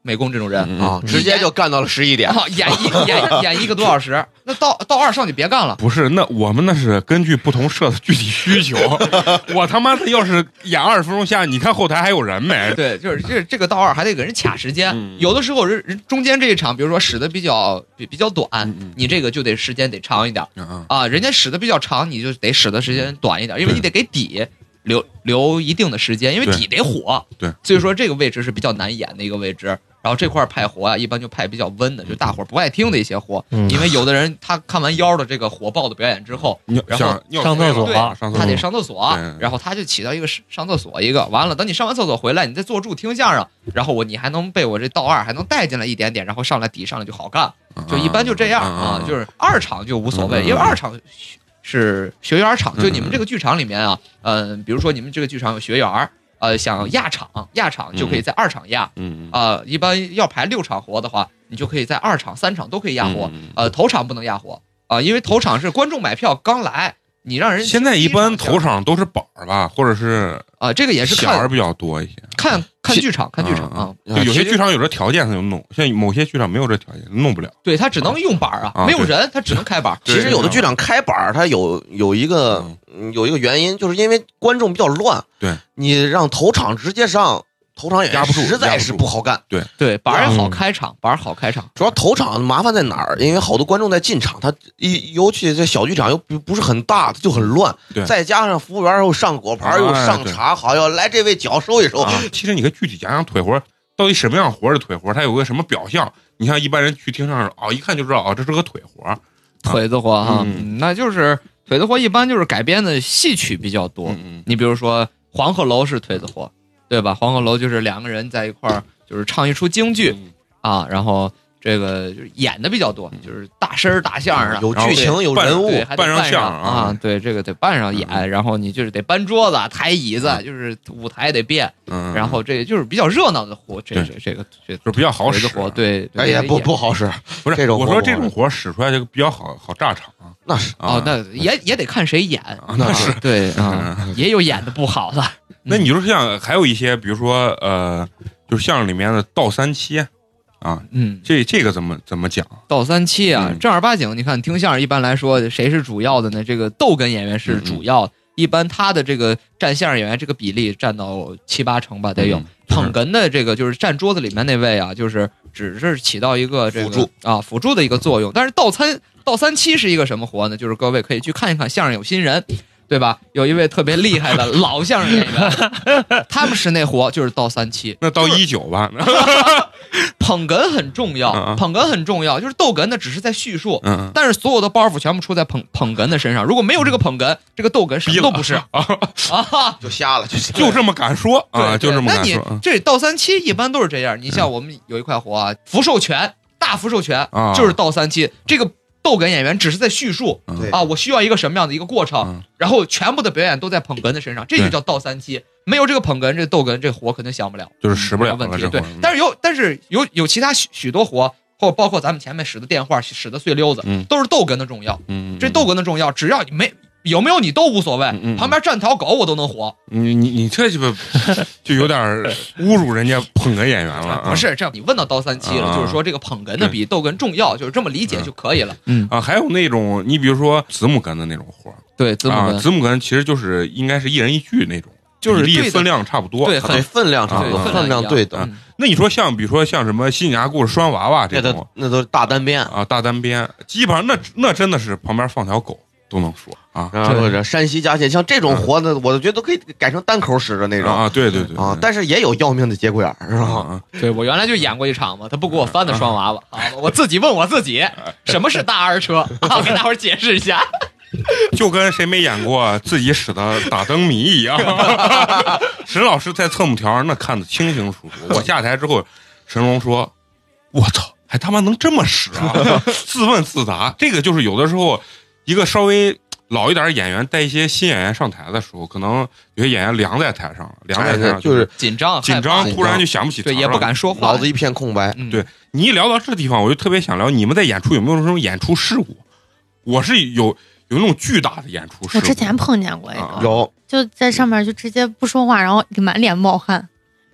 S4: 美工这种人
S6: 啊，直接就干到了十一点，
S4: 啊，演一演演一个多小时，那到到二上就别干了。
S1: 不是，那我们那是根据不同社的具体需求。我他妈的要是演二十分钟下，你看后台还有人没？
S4: 对，就是这这个到二还得给人卡时间，
S1: 嗯、
S4: 有的时候人人中间这一场，比如说使的比较比比较短，
S1: 嗯、
S4: 你这个就得时间得长一点、
S1: 嗯、
S4: 啊，人家使的比较长，你就得使的时间短一点，因为你得给底留留一定的时间，因为底得火。
S1: 对，
S4: 所以说这个位置是比较难演的一个位置。然后这块派活啊，一般就派比较温的，就大伙儿不爱听的一些活，
S3: 嗯、
S4: 因为有的人他看完妖的这个火爆的表演之后，然后
S3: 上厕所，
S4: 他得上厕所，然后他就起到一个上厕所一个，完了等你上完厕所回来，你再坐住听相声，然后我你还能被我这道二还能带进来一点点，然后上来底上来就好干，就一般就这样啊，就是二场就无所谓，因为二场是学员场，就你们这个剧场里面啊，嗯、呃，比如说你们这个剧场有学员。呃，想压场，压场就可以在二场压。
S1: 嗯
S4: 啊、呃，一般要排六场活的话，你就可以在二场、三场都可以压活。呃，头场不能压活啊、呃，因为头场是观众买票刚来，你让人
S1: 现在一般头场都是板儿吧，或者是
S4: 啊、呃，这个也是
S1: 响儿比较多一些。
S4: 看看剧场，看剧场啊，
S1: 就有些剧场有这条件他就弄，像某些剧场没有这条件弄不了。
S4: 对他只能用板啊，
S1: 啊
S4: 没有人他只能开板。
S6: 其实有的剧场开板，它有有一个。嗯、有一个原因，就是因为观众比较乱，
S1: 对
S6: 你让头场直接上，头场演员实在是不好干。
S1: 对
S4: 对，板儿好开场，板儿好开场。
S6: 主要头场麻烦在哪儿？因为好多观众在进场，他一尤其这小剧场又不是很大，它就很乱。
S1: 对，
S6: 再加上服务员又上果盘，又上茶，好要来这位脚收一收。
S1: 啊、其实你可以具体讲讲腿活到底什么样活的腿活，它有个什么表象？你像一般人去听相声，哦，一看就知道，哦，这是个腿活，啊、
S4: 腿子活啊，
S1: 嗯、
S4: 那就是。腿子活一般就是改编的戏曲比较多，
S1: 嗯嗯
S4: 你比如说黄鹤楼是腿子活，对吧？黄鹤楼就是两个人在一块儿，就是唱一出京剧、
S1: 嗯、
S4: 啊，然后这个就是演的比较多，就是大声大相声、
S6: 嗯，有剧情有人物，
S4: 还得扮
S1: 上相声
S4: 啊，对，这个得扮上演、嗯，然后你就是得搬桌子、抬椅子，
S1: 嗯、
S4: 就是舞台得变，
S1: 嗯，
S4: 然后这就是比较热闹的活，这这这个这
S1: 就比较好使
S4: 活，对，
S6: 哎呀，不不好使，
S1: 不是
S6: 这种，
S1: 我说这种活使出来就比较好好炸场。
S6: 那是
S4: 哦，那也也得看谁演，
S1: 那是
S4: 对啊，也有演的不好的。
S1: 那你说像还有一些，比如说呃，就是相声里面的倒三七啊，
S4: 嗯，
S1: 这这个怎么怎么讲？
S4: 倒三七啊，
S1: 嗯、
S4: 正儿八经，你看听相声一般来说，谁是主要的呢？这个逗哏演员是主要的，
S1: 嗯、
S4: 一般他的这个占相声演员这个比例占到七八成吧，得有。
S1: 嗯、
S4: 捧哏的这个就是站桌子里面那位啊，就是只是起到一个这个
S6: 辅助
S4: 啊辅助的一个作用，但是倒三。倒三七是一个什么活呢？就是各位可以去看一看相声有新人，对吧？有一位特别厉害的老相声演员，他们是那活就是倒三七，
S1: 那倒一九吧。
S4: 捧哏很重要，
S1: 嗯、
S4: 捧哏很重要，就是逗哏的只是在叙述，
S1: 嗯、
S4: 但是所有的包袱全部出在捧捧哏的身上。如果没有这个捧哏，这个逗哏什么都不是啊
S6: 啊，就瞎了，就
S1: 就这么敢说啊，就这么敢说。
S4: 那你这倒三七一般都是这样。你像我们有一块活啊，福寿全大福寿全就是倒三七，这个。逗哏演员只是在叙述、
S1: 嗯、
S4: 啊，我需要一个什么样的一个过程，
S1: 嗯、
S4: 然后全部的表演都在捧哏的身上，这就叫倒三七。没有这个捧哏，这逗哏这活肯定想不了，
S1: 就是使不了
S4: 问题。对，但是有，但是有有其他许许多活，或包括咱们前面使的电话、使的碎溜子，
S1: 嗯、
S4: 都是逗哏的重要。
S1: 嗯，
S4: 这逗哏的重要，只要你没有没有你都无所谓，
S1: 嗯、
S4: 旁边站条狗我都能活。
S1: 你你你这鸡巴就有点侮辱人家捧哏演员了、啊。
S4: 不是这样，你问到倒三七了，
S1: 啊、
S4: 就是说这个捧哏的比逗哏重要，就是这么理解就可以了。
S1: 嗯啊，还有那种你比如说子母哏的那种活，
S4: 对子母哏、
S1: 啊，子母哏其实就是应该是一人一句那种，
S4: 就是
S1: 比例分量差不多，
S4: 对，
S6: 对分量差不多，分量对的。
S4: 嗯、
S1: 那你说像比如说像什么新家故事拴娃娃这种，
S6: 那都是大单边
S1: 啊，大单边，基本上那那真的是旁边放条狗都能说啊。
S6: 然后这山西家县像这种活呢，我就觉得都可以改成单口使的那种
S1: 啊。对对对
S6: 啊，但是也有要命的节骨眼儿，是吧？
S1: 啊，
S4: 对我原来就演过一场嘛，他不给我翻的双娃娃啊，我自己问我自己什么是大二车啊，给大伙儿解释一下。
S1: 就跟谁没演过自己使的打灯谜一样。沈老师在侧幕条那看得清清楚楚。我下台之后，沈龙说：“我操，还他妈能这么使啊！”自问自答，这个就是有的时候一个稍微老一点演员带一些新演员上台的时候，可能有些演员凉在台上，凉在台上
S6: 就是
S4: 紧张
S1: 紧张，突然就想不起，
S4: 对，也不敢说话，
S6: 脑子一片空白。
S4: 嗯、
S1: 对你一聊到这地方，我就特别想聊，你们在演出有没有这种演出事故？我是有。有那种巨大的演出事故，
S2: 我之前碰见过一个，
S6: 有
S2: 就在上面就直接不说话，然后满脸冒汗，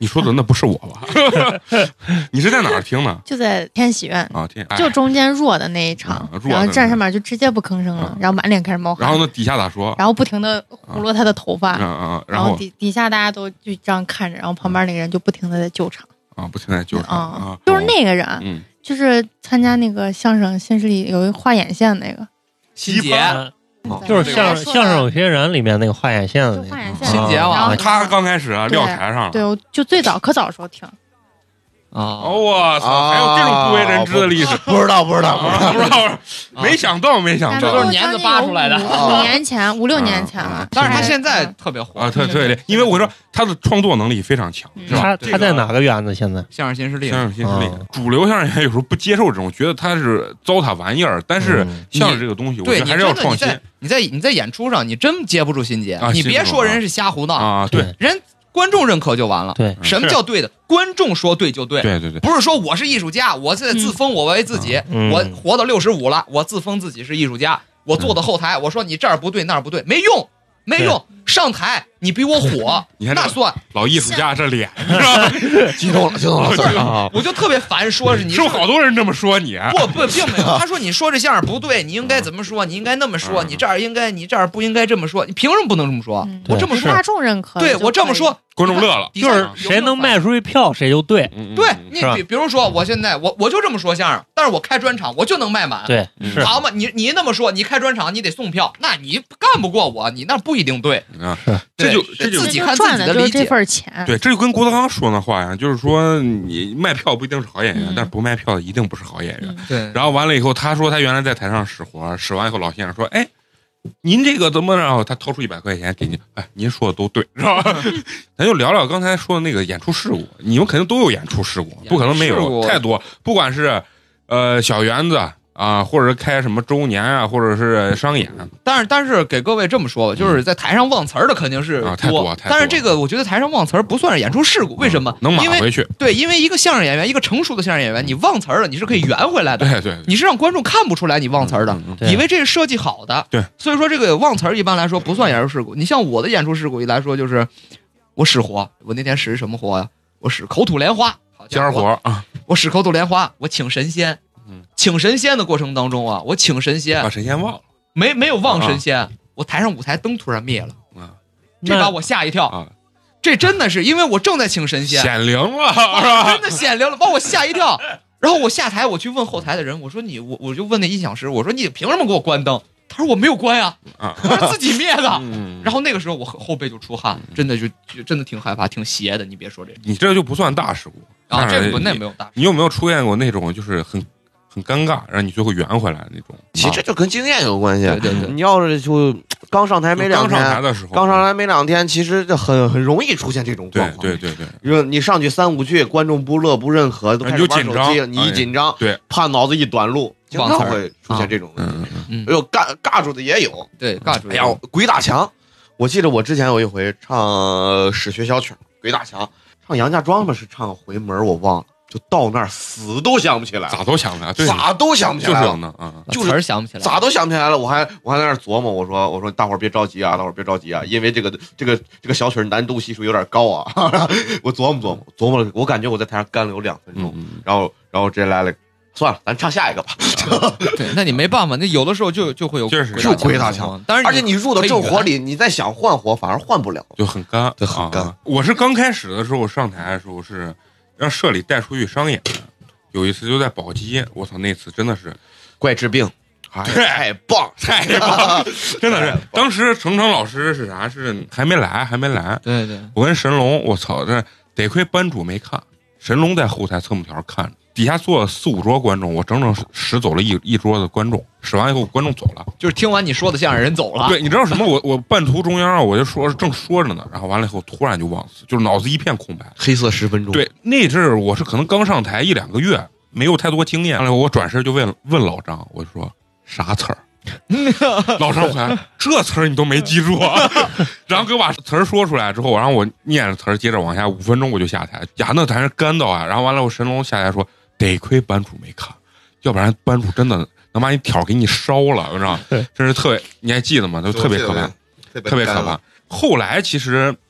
S1: 你说的那不是我吧？你是在哪儿听的？
S2: 就在天喜院
S1: 啊，天，
S2: 就中间弱的那一场，
S1: 嗯、
S2: 然后站上面就直接不吭声了，
S1: 嗯、
S2: 然后满脸开始冒汗。
S1: 然后呢，底下咋说？
S2: 然后不停的呼噜他的头发，
S1: 嗯嗯，
S2: 然后底底下大家都就这样看着，然后旁边那个人就不停的在救场。
S1: 啊，不停的在救场啊，
S2: 就是那个人，
S1: 嗯，
S2: 就是参加那个相声新势力有一个画眼线那个
S4: 辛杰。
S3: 就是相相声有些人里面那个画眼线的，
S2: 画眼线，
S4: 辛杰嘛，
S1: 他刚开始啊撂台上，
S2: 对，我就最早可早的时候听。
S4: 啊！
S1: 我操，还有这种不为人知的历史，
S6: 不知道，不知道，
S1: 不知道，没想到，没想到，
S4: 这都是年子扒出来的，
S2: 五年前、五六年前了。
S4: 但是他现在特别火
S1: 啊，特特别，因为我说他的创作能力非常强，是吧？
S3: 他他在哪个园子？现在
S4: 相声新势力，
S1: 相声新势力，主流相声演员有时候不接受这种，觉得他是糟蹋玩意儿。但是相声这个东西，我觉得还是要创新。
S4: 你在你在演出上，你真接不住辛杰，你别说人是瞎胡闹
S1: 啊，对
S4: 人。观众认可就完了。
S3: 对，
S4: 什么叫对的？观众说对就对。
S1: 对对对，
S4: 不是说我是艺术家，我现在自封我为自己，
S3: 嗯、
S4: 我活到六十五了，我自封自己是艺术家，我坐到后台，我说你这儿不对那儿不对，没用，没用。上台你比我火，
S1: 你看
S4: 那算
S1: 老艺术家这脸是吧？
S6: 激动了，激动了！
S4: 我就特别烦，说是你
S1: 是不是好多人这么说你？
S4: 不不，并没有。他说你说这相声不对，你应该怎么说？你应该那么说，你这儿应该，你这儿不应该这么说。你凭什么不能这么说？我这么说，
S2: 大众认可。
S4: 对我这么说，
S1: 观众乐了。
S3: 就是谁能卖出去票，谁就对。
S4: 对你比比如说，我现在我我就这么说相声，但是我开专场我就能卖满。
S3: 对，是
S4: 好嘛？你你那么说，你开专场你得送票，那你干不过我，你那不一定对
S1: 啊。这就这就
S4: 自己看自己
S2: 的
S4: 理解。
S2: 这份钱，
S1: 对，这就跟郭德纲说那话呀，就是说你卖票不一定是好演员，但是不卖票的一定不是好演员。
S4: 对。
S1: 然后完了以后，他说他原来在台上使活，使完以后老先生说：“哎，您这个怎么？”然后他掏出一百块钱给你，哎，您说的都对，是吧？咱就聊聊刚才说的那个演出事故，你们肯定都有演出事故，不可能没有，太多。不管是呃小园子啊，或者是开什么周年啊，或者是商演。
S4: 但是但是给各位这么说吧，就是在台上忘词儿的肯定是多，
S1: 啊、太多太多。
S4: 但是这个我觉得台上忘词儿不算是演出事故，为什么？
S1: 能码回去。
S4: 对，因为一个相声演员，一个成熟的相声演员，你忘词儿了，你是可以圆回来的。
S1: 对对，
S4: 你是让观众看不出来你忘词儿的，
S1: 嗯、
S4: 以为这是设计好的。
S1: 对，
S4: 所以说这个忘词儿一般来说不算演出事故。你像我的演出事故一来说，就是我使活，我那天使什么活呀？我使口吐莲花，
S1: 尖儿活啊！
S4: 我使口吐莲花，我请神仙。
S1: 嗯，
S4: 请神仙的过程当中啊，我请神仙，
S1: 把神仙忘了，
S4: 没没有忘神仙，啊、我台上舞台灯突然灭了，啊，这把我吓一跳，啊，这真的是因为我正在请神仙，
S1: 显灵了，
S4: 啊、真的显灵了，把我吓一跳。然后我下台，我去问后台的人，我说你，我我就问那音响师，我说你凭什么给我关灯？他说我没有关呀，啊，我说自己灭的。嗯、然后那个时候我后背就出汗，真的就就真的挺害怕，挺邪的。你别说这个，
S1: 你这就不算大事故
S4: 啊，这个那没有大事故。
S1: 你有没有出现过那种就是很？很尴尬，让你最后圆回来那种。
S6: 其实这就跟经验有关系。
S4: 对对对，
S6: 你要是就刚上台没两天，
S1: 刚上台的时候，
S6: 刚上台没两天，其实就很很容易出现这种状况。
S1: 对对对对，
S6: 因为你上去三五句，观众不乐不认可，都开始玩手机，你一紧张，
S1: 对，
S6: 怕脑子一短路，经常会出现这种。
S1: 嗯嗯
S6: 哎呦，尬尬住的也有，
S4: 对，尬住。
S6: 哎呀，鬼打墙！我记得我之前有一回唱史学小曲，鬼打墙，唱杨家庄嘛是唱回门，我忘了。就到那儿死都想不起来，
S1: 咋都想不起来，
S6: 咋都想不起来，
S1: 就是呢，啊，
S6: 就是
S4: 想不起来，
S6: 咋都想不起来了。我还我还在那儿琢磨，我说我说大伙儿别着急啊，大伙儿别着急啊，因为这个这个这个小曲难度系数有点高啊。我琢磨琢磨琢磨了，我感觉我在台上干了有两分钟，
S1: 嗯、
S6: 然后然后直接来了，算了，咱唱下一个吧。
S4: 对，那你没办法，那有的时候就就会有
S1: 就是
S6: 就鬼打墙，
S4: 但是
S6: 而且你入到正火里，你再想换火反而换不了，
S1: 就很干，
S6: 就很干。
S1: 啊、我是刚开始的时候上台的时候是让社里带出去商演。有一次就在宝鸡，我操，那次真的是
S6: 怪治病，太棒
S1: 太棒，真的是。当时程程老师是啥？是还没来，还没来。
S4: 对对，
S1: 我跟神龙，我操，这得亏班主没看，神龙在后台侧幕条看着，底下坐四五桌观众，我整整使走了一一桌的观众，使完以后观众走了，
S4: 就是听完你说的相声人走了。
S1: 对，你知道什么？我我半途中央我就说正说着呢，然后完了以后突然就忘词，就是脑子一片空白，
S6: 黑色十分钟。
S1: 对，那阵儿我是可能刚上台一两个月，没有太多经验。完了我转身就问问老张，我就说啥词儿？老张回来，这词儿你都没记住啊？然后给我把词儿说出来之后，然后我念着词儿，接着往下，五分钟我就下台。呀，那台是干到啊！然后完了，我神龙下台说，得亏班主没看，要不然班主真的能把你挑给你烧了，你知道吗？真是特别，你还记得吗？就特别可怕，特别可怕。后来其实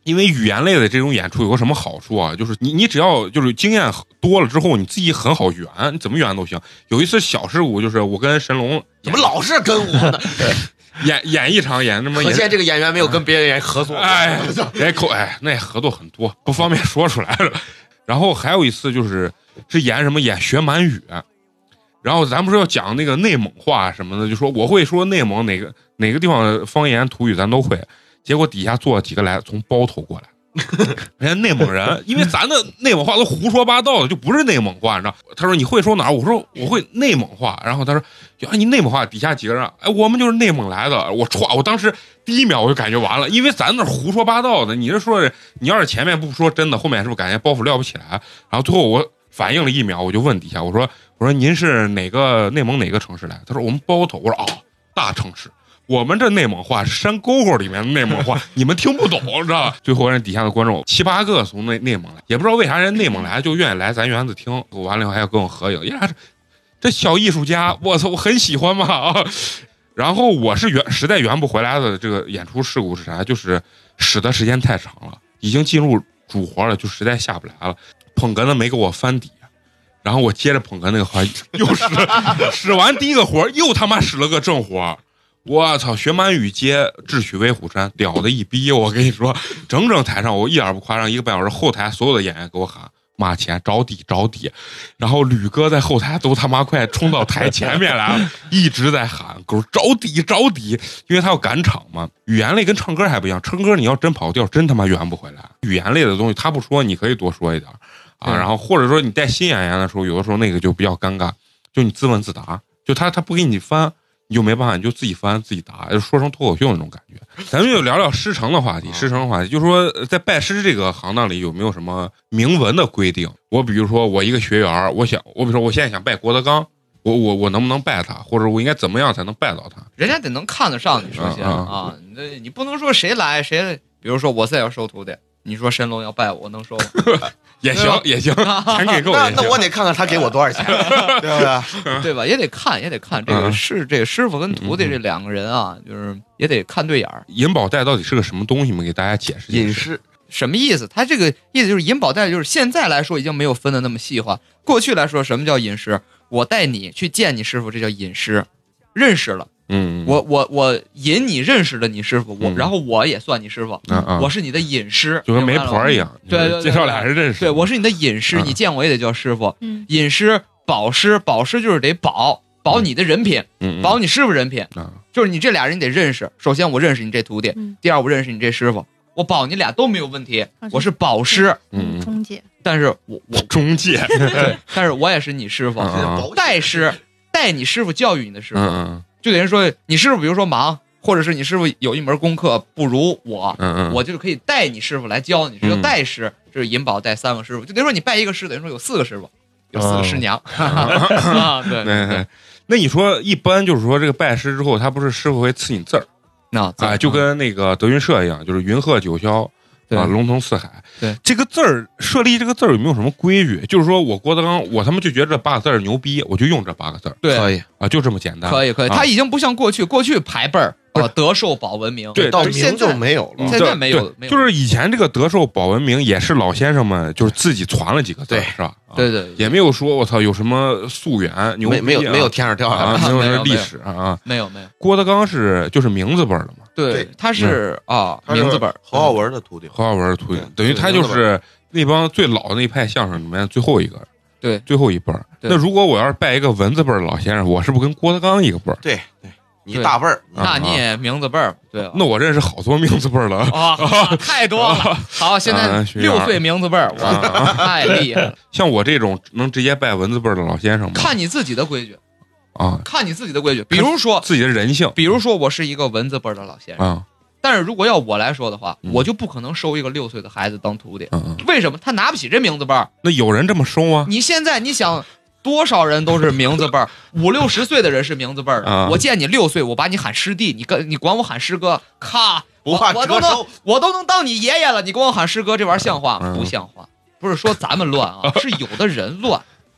S1: 因为语言类的这种演出有个什么好处啊？就是你你只要就是经验多了之后，你自己很好圆，你怎么圆都行。有一次小事故，就是我跟神龙
S6: 怎么老是跟我呢？
S1: 演演一场演那么，
S6: 可见这个演员没有跟别的演员合作。
S1: 哎，哎口哎，那合作很多，不方便说出来了。然后还有一次就是是演什么演学满语，然后咱不是要讲那个内蒙话什么的，就说我会说内蒙哪个哪个地方方言土语咱都会。结果底下坐了几个来从包头过来，人家内蒙人，因为咱的内蒙话都胡说八道的，就不是内蒙话，你知道？他说你会说哪儿？我说我会内蒙话。然后他说啊，你内蒙话。底下几个人，哎，我们就是内蒙来的。我歘，我当时第一秒我就感觉完了，因为咱那胡说八道的，你是说你要是前面不说真的，后面是不是感觉包袱撂不起来？然后最后我反应了一秒，我就问底下，我说我说您是哪个内蒙哪个城市来？他说我们包头。我说哦，大城市。我们这内蒙话是山沟沟里面的内蒙话，你们听不懂，知道吧？最后人底下的观众七八个从内内蒙来，也不知道为啥人内蒙来就愿意来咱园子听。我完了以后还要跟我合影，呀，这小艺术家，我操，我很喜欢嘛啊！然后我是圆实在圆不回来的这个演出事故是啥？就是使的时间太长了，已经进入主活了，就实在下不来了。捧哏的没给我翻底。然后我接着捧哏那个活又使使完第一个活又他妈使了个正活。我操！学满语接智取威虎山，屌的一逼！我跟你说，整整台上我一点不夸张，一个半小时，后台所有的演员给我喊马前着底着底，然后吕哥在后台都他妈快冲到台前面来了，一直在喊狗着底着底，因为他要赶场嘛。语言类跟唱歌还不一样，唱歌你要真跑调，真他妈圆不回来。语言类的东西他不说，你可以多说一点啊，然后或者说你带新演员的时候，有的时候那个就比较尴尬，就你自问自答，就他他不给你翻。你就没办法，你就自己翻自己答，就说成脱口秀那种感觉。咱们就聊聊师承的话题，师承的话题就是说，在拜师这个行当里有没有什么明文的规定？我比如说，我一个学员，我想，我比如说，我现在想拜郭德纲，我我我能不能拜他，或者我应该怎么样才能拜到他？
S4: 人家得能看得上你，首先
S1: 啊，
S4: 啊你你不能说谁来谁，比如说我现在要收徒弟，你说神龙要拜我，能收吗？
S1: 也行也行，钱给够也行。
S6: 那我得看看他给我多少钱，对不对？
S4: 对吧？也得看，也得看这个是这个师傅跟徒弟这两个人啊，就是也得看对眼儿。
S1: 银宝带到底是个什么东西？我们给大家解释。
S6: 隐士
S4: 什么意思？他这个意思就是银宝带，就是现在来说已经没有分的那么细化。过去来说，什么叫隐师？我带你去见你师傅，这叫隐师，认识了。
S1: 嗯，
S4: 我我我引你认识了你师傅，我、
S1: 嗯、
S4: 然后我也算你师傅，
S1: 嗯嗯、
S4: 我是你的隐师，
S1: 就跟媒婆一样，
S4: 对 对, 对, 对，
S1: 介绍俩人认识，
S4: 对，我是你的隐师，嗯、你见我也得叫师傅，
S2: 嗯，
S4: 隐师保师，保师就是得保保你的人品，
S1: 嗯，
S4: 保你师傅人品，
S1: 嗯，
S4: 就是你这俩人你得认识，首先我认识你这徒弟，
S2: 嗯、
S4: 第二我认识你这师傅，我保你俩都没有问题，啊、我是保师，
S2: 嗯，中介，
S4: 但是我我
S1: 中介，
S4: 但是我也是你师傅，
S1: 嗯、
S4: 带师带你师傅教育你的师傅。
S1: 嗯
S4: 就等于说，你师傅比如说忙，或者是你师傅有一门功课不如我，
S1: 嗯嗯，
S4: 我就可以带你师傅来教你，这叫带师。这是银宝带三个师傅，就等于说你拜一个师，等于说有四个师傅，有四个师娘。
S1: 嗯、
S4: 啊，对对对。
S1: 那你说一般就是说这个拜师之后，他不是师傅会赐你字儿？
S4: 那
S1: 啊，就跟那个德云社一样，就是云鹤九霄。啊，龙腾四海。
S4: 对，
S1: 这个字儿设立这个字儿有没有什么规矩？就是说我郭德纲，我他妈就觉得这八个字儿牛逼，我就用这八个字儿。
S4: 对，
S6: 可以
S1: 啊，就这么简单。
S4: 可以可以，
S1: 啊、
S4: 他已经不像过去，过去排辈儿啊，德寿保文明，
S1: 对，
S6: 到明就没有了。
S4: 现在没有，
S1: 没有。就是以前这个德寿保文明也是老先生们就是自己传了几个字，是吧？
S4: 对对，
S1: 也没有说我操有什么溯源牛逼、啊，
S6: 没有没有天上掉下来，
S1: 没有什么历史啊，
S4: 没有没有。
S1: 郭德纲是就是名字辈儿的嘛。
S4: 对，他是啊，名字本
S6: 侯耀文的徒弟，
S1: 侯耀文的徒弟，等于他就是那帮最老的那派相声里面最后一个，
S4: 对，
S1: 最后一辈儿。那如果我要是拜一个文字辈儿的老先生，我是不是跟郭德纲一个辈儿？
S6: 对对，你大辈儿，
S4: 那你也名字辈儿，对。
S1: 那我认识好多名字辈儿了
S4: 啊，太多了。好，现在六岁名字辈儿，哇，太厉害了。
S1: 像我这种能直接拜文字辈儿的老先生吗？
S4: 看你自己的规矩。
S1: 啊，
S4: 看你自己的规矩，比如说
S1: 自己的人性，
S4: 比如说我是一个文字辈的老先生，
S1: 啊，
S4: 但是如果要我来说的话，
S1: 嗯、
S4: 我就不可能收一个六岁的孩子当徒弟，
S1: 嗯嗯，
S4: 为什么？他拿不起这名字辈儿。
S1: 那有人这么收啊？
S4: 你现在你想，多少人都是名字辈儿，五六十岁的人是名字辈儿的。
S1: 啊、
S4: 我见你六岁，我把你喊师弟，你跟你管我喊师哥，咔，
S6: 不怕
S4: 我都能我都能当你爷爷了，你管我喊师哥，这玩意儿像话吗？
S1: 嗯、
S4: 不像话。不是说咱们乱啊，是有的人乱。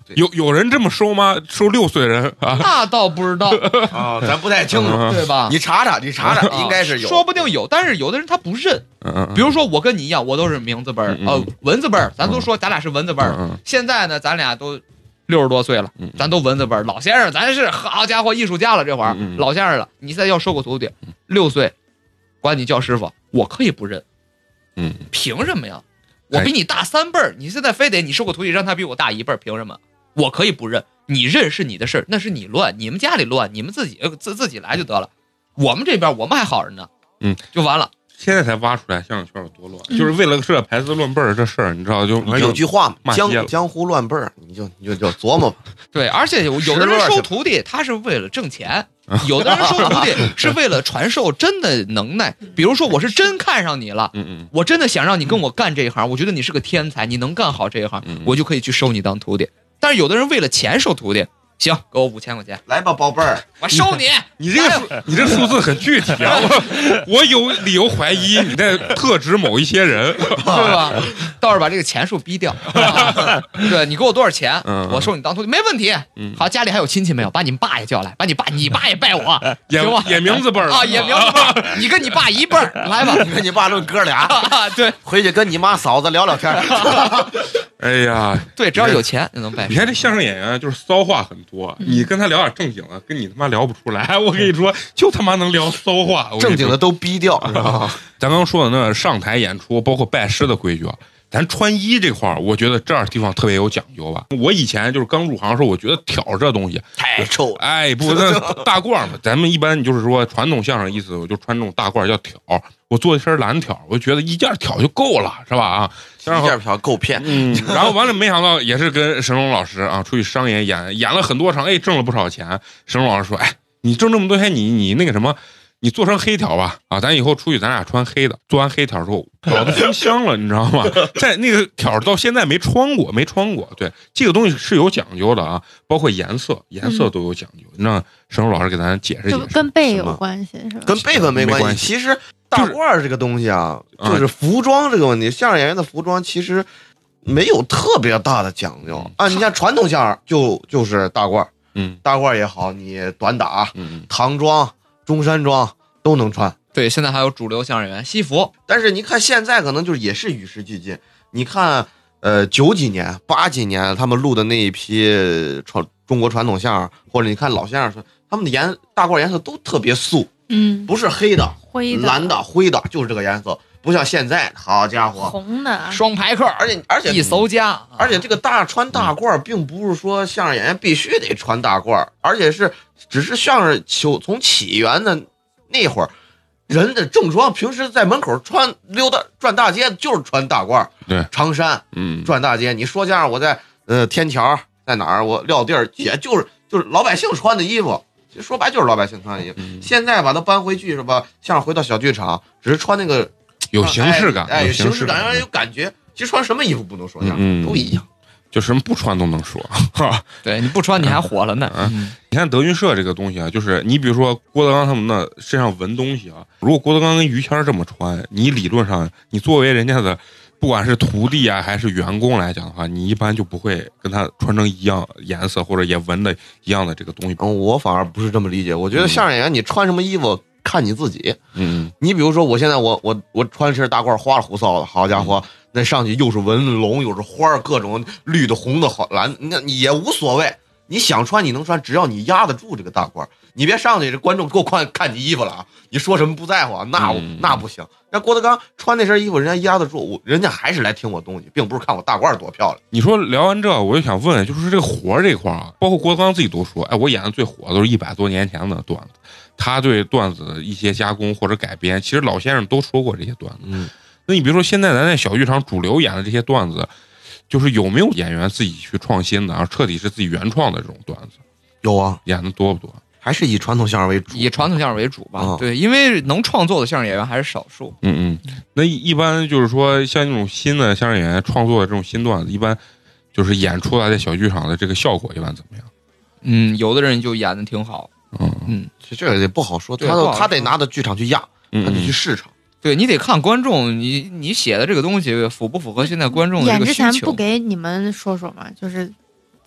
S1: 有有人这么收吗？收六岁人啊？
S4: 那倒不知道
S6: 啊，咱不太清楚，
S4: 对吧？
S6: 你查查，你查查，应该是有，
S4: 说不定有，但是有的人他不认。比如说我跟你一样，我都是名字辈儿，呃，文字辈儿，咱都说咱俩是文字辈儿。现在呢，咱俩都六十多岁了，咱都文字辈儿。老先生，咱是好家伙艺术家了，这会儿老先生了。你现在要收个徒弟，六岁，管你叫师傅，我可以不认。
S1: 嗯，
S4: 凭什么呀？我比你大三辈儿，你现在非得你收个徒弟让他比我大一辈儿，凭什么？我可以不认，你认是你的事儿，那是你乱，你们家里乱，你们自己自自己来就得了。我们这边我们还好着呢，
S1: 嗯，
S4: 就完了。
S1: 现在才挖出来相声圈有多乱，嗯、就是为了这排字乱辈儿这事儿，你知道就
S6: 有句话嘛，江江湖乱辈儿，你就你就就琢磨吧。
S4: 对，而且有有的人收徒弟，他是为了挣钱。有的人收徒弟是为了传授真的能耐，比如说我是真看上你了，
S1: 嗯嗯，
S4: 我真的想让你跟我干这一行，我觉得你是个天才，你能干好这一行，我就可以去收你当徒弟。但是有的人为了钱收徒弟，行，给我五千块钱，
S6: 来吧，宝贝儿，
S4: 我收你。
S1: 你这个数，你这数字很具体啊，我我有理由怀疑你在特指某一些人，
S4: 对吧？倒是把这个钱数逼掉。对，你给我多少钱，
S1: 嗯、
S4: 我收你当徒弟没问题。嗯、好，家里还有亲戚没有？把你们爸也叫来，把你爸，你爸也拜我，
S1: 也也名字辈儿
S4: 啊，也名字辈儿，你跟你爸一辈儿，来吧，
S6: 你跟你爸这哥俩，
S4: 对，
S6: 回去跟你妈嫂子聊聊天。
S1: 哎呀，
S4: 对，只要有钱就能拜。
S1: 你看这相声演员就是骚话很多，嗯、你跟他聊点正经的，跟你他妈聊不出来。我跟你说，就他妈能聊骚话，
S6: 正经的都逼掉，是吧？
S1: 咱刚说的那上台演出，包括拜师的规矩啊，咱穿衣这块儿，我觉得这儿地方特别有讲究吧。我以前就是刚入行的时候，我觉得挑这东西
S6: 太臭了。
S1: 哎，不，那大褂嘛，咱们一般就是说传统相声意思，我就穿这种大褂叫挑。我做一身蓝挑，我就觉得一件挑就够了，是吧？啊，
S6: 一件挑够骗。
S1: 嗯，然后完了，没想到也是跟沈龙老师啊出去商演演演了很多场，哎，挣了不少钱。沈龙老师说：“哎，你挣这么多钱，你你那个什么。”你做成黑条吧，啊，咱以后出去咱俩穿黑的。做完黑条之后，搞得封箱了，你知道吗？在那个条到现在没穿过，没穿过。对，这个东西是有讲究的啊，包括颜色，颜色都有讲究。嗯、让沈龙老师给咱解释解释。
S2: 就跟辈有关系是吧？
S6: 跟辈分没关系。其实大褂这个东西啊，就是、就是服装这个问题，相声演员的服装其实没有特别大的讲究啊。你像传统相声就就是大褂，嗯，大褂也好，你短打、嗯、唐装。中山装都能穿，
S4: 对，现在还有主流相声演员西服，
S6: 但是你看现在可能就是也是与时俱进。你看，呃，九几年、八几年他们录的那一批传中国传统相声，或者你看老相声，他们的颜大褂颜色都特别素，
S2: 嗯，
S6: 不是黑的、
S2: 灰的、
S6: 蓝的、灰的，就是这个颜色。不像现在，好家伙，
S2: 红的
S4: 双排克，
S6: 而且而且
S4: 一搜家，
S6: 而且这个大穿大褂，并不是说相声演员必须得穿大褂，而且是只是相声从从起源的那会儿，人的正装，平时在门口穿溜达转大街就是穿大褂，
S1: 对，
S6: 长衫，嗯，转大街。你说相声，我在呃天桥在哪儿，我撂地儿，也就是就是老百姓穿的衣服。其实说白就是老百姓穿的衣服。嗯、现在把它搬回去是吧？相声回到小剧场，只是穿那个。
S1: 有形式感，
S6: 哎，
S1: 有
S6: 形式感，让人有感觉。其实穿什么衣服不能说相声，嗯、都一样，
S1: 就什么不穿都能说。
S4: 对，你不穿你还火了呢。
S1: 嗯、你看德云社这个东西啊，就是你比如说郭德纲他们那身上纹东西啊，如果郭德纲跟于谦这么穿，你理论上你作为人家的不管是徒弟啊还是员工来讲的话，你一般就不会跟他穿成一样颜色或者也纹的一样的这个东西。
S6: 嗯，我反而不是这么理解，我觉得相声演员你穿什么衣服。看你自己，嗯，你比如说，我现在我我我穿身大褂，花里胡哨的，好家伙，嗯、那上去又是纹龙，又是花，各种绿的、红的、好蓝，那你也无所谓，你想穿你能穿，只要你压得住这个大褂，你别上去这观众给我看看你衣服了啊，你说什么不在乎啊，那、嗯、那不行。那郭德纲穿那身衣服，人家压得住，我人家还是来听我东西，并不是看我大褂多漂亮。
S1: 你说聊完这，我就想问，就是这个活这块啊，包括郭德纲自己都说，哎，我演的最火的都是一百多年前的段子。他对段子的一些加工或者改编，其实老先生都说过这些段子。嗯，那你比如说现在咱在小剧场主流演的这些段子，就是有没有演员自己去创新的，然后彻底是自己原创的这种段子？
S6: 有啊，
S1: 演的多不多？
S6: 还是以传统相声为主？
S4: 以传统相声为主吧。哦、对，因为能创作的相声演员还是少数。
S1: 嗯嗯，那一般就是说像这种新的相声演员创作的这种新段子，一般就是演出来在小剧场的这个效果一般怎么样？
S4: 嗯，有的人就演的挺好。
S1: 嗯
S6: 嗯，这个也不好说，他都他得拿到剧场去压，他得去市场。
S4: 对你得看观众，你你写的这个东西符不符合现在观众的这个需求。
S2: 演之前不给你们说说吗？就是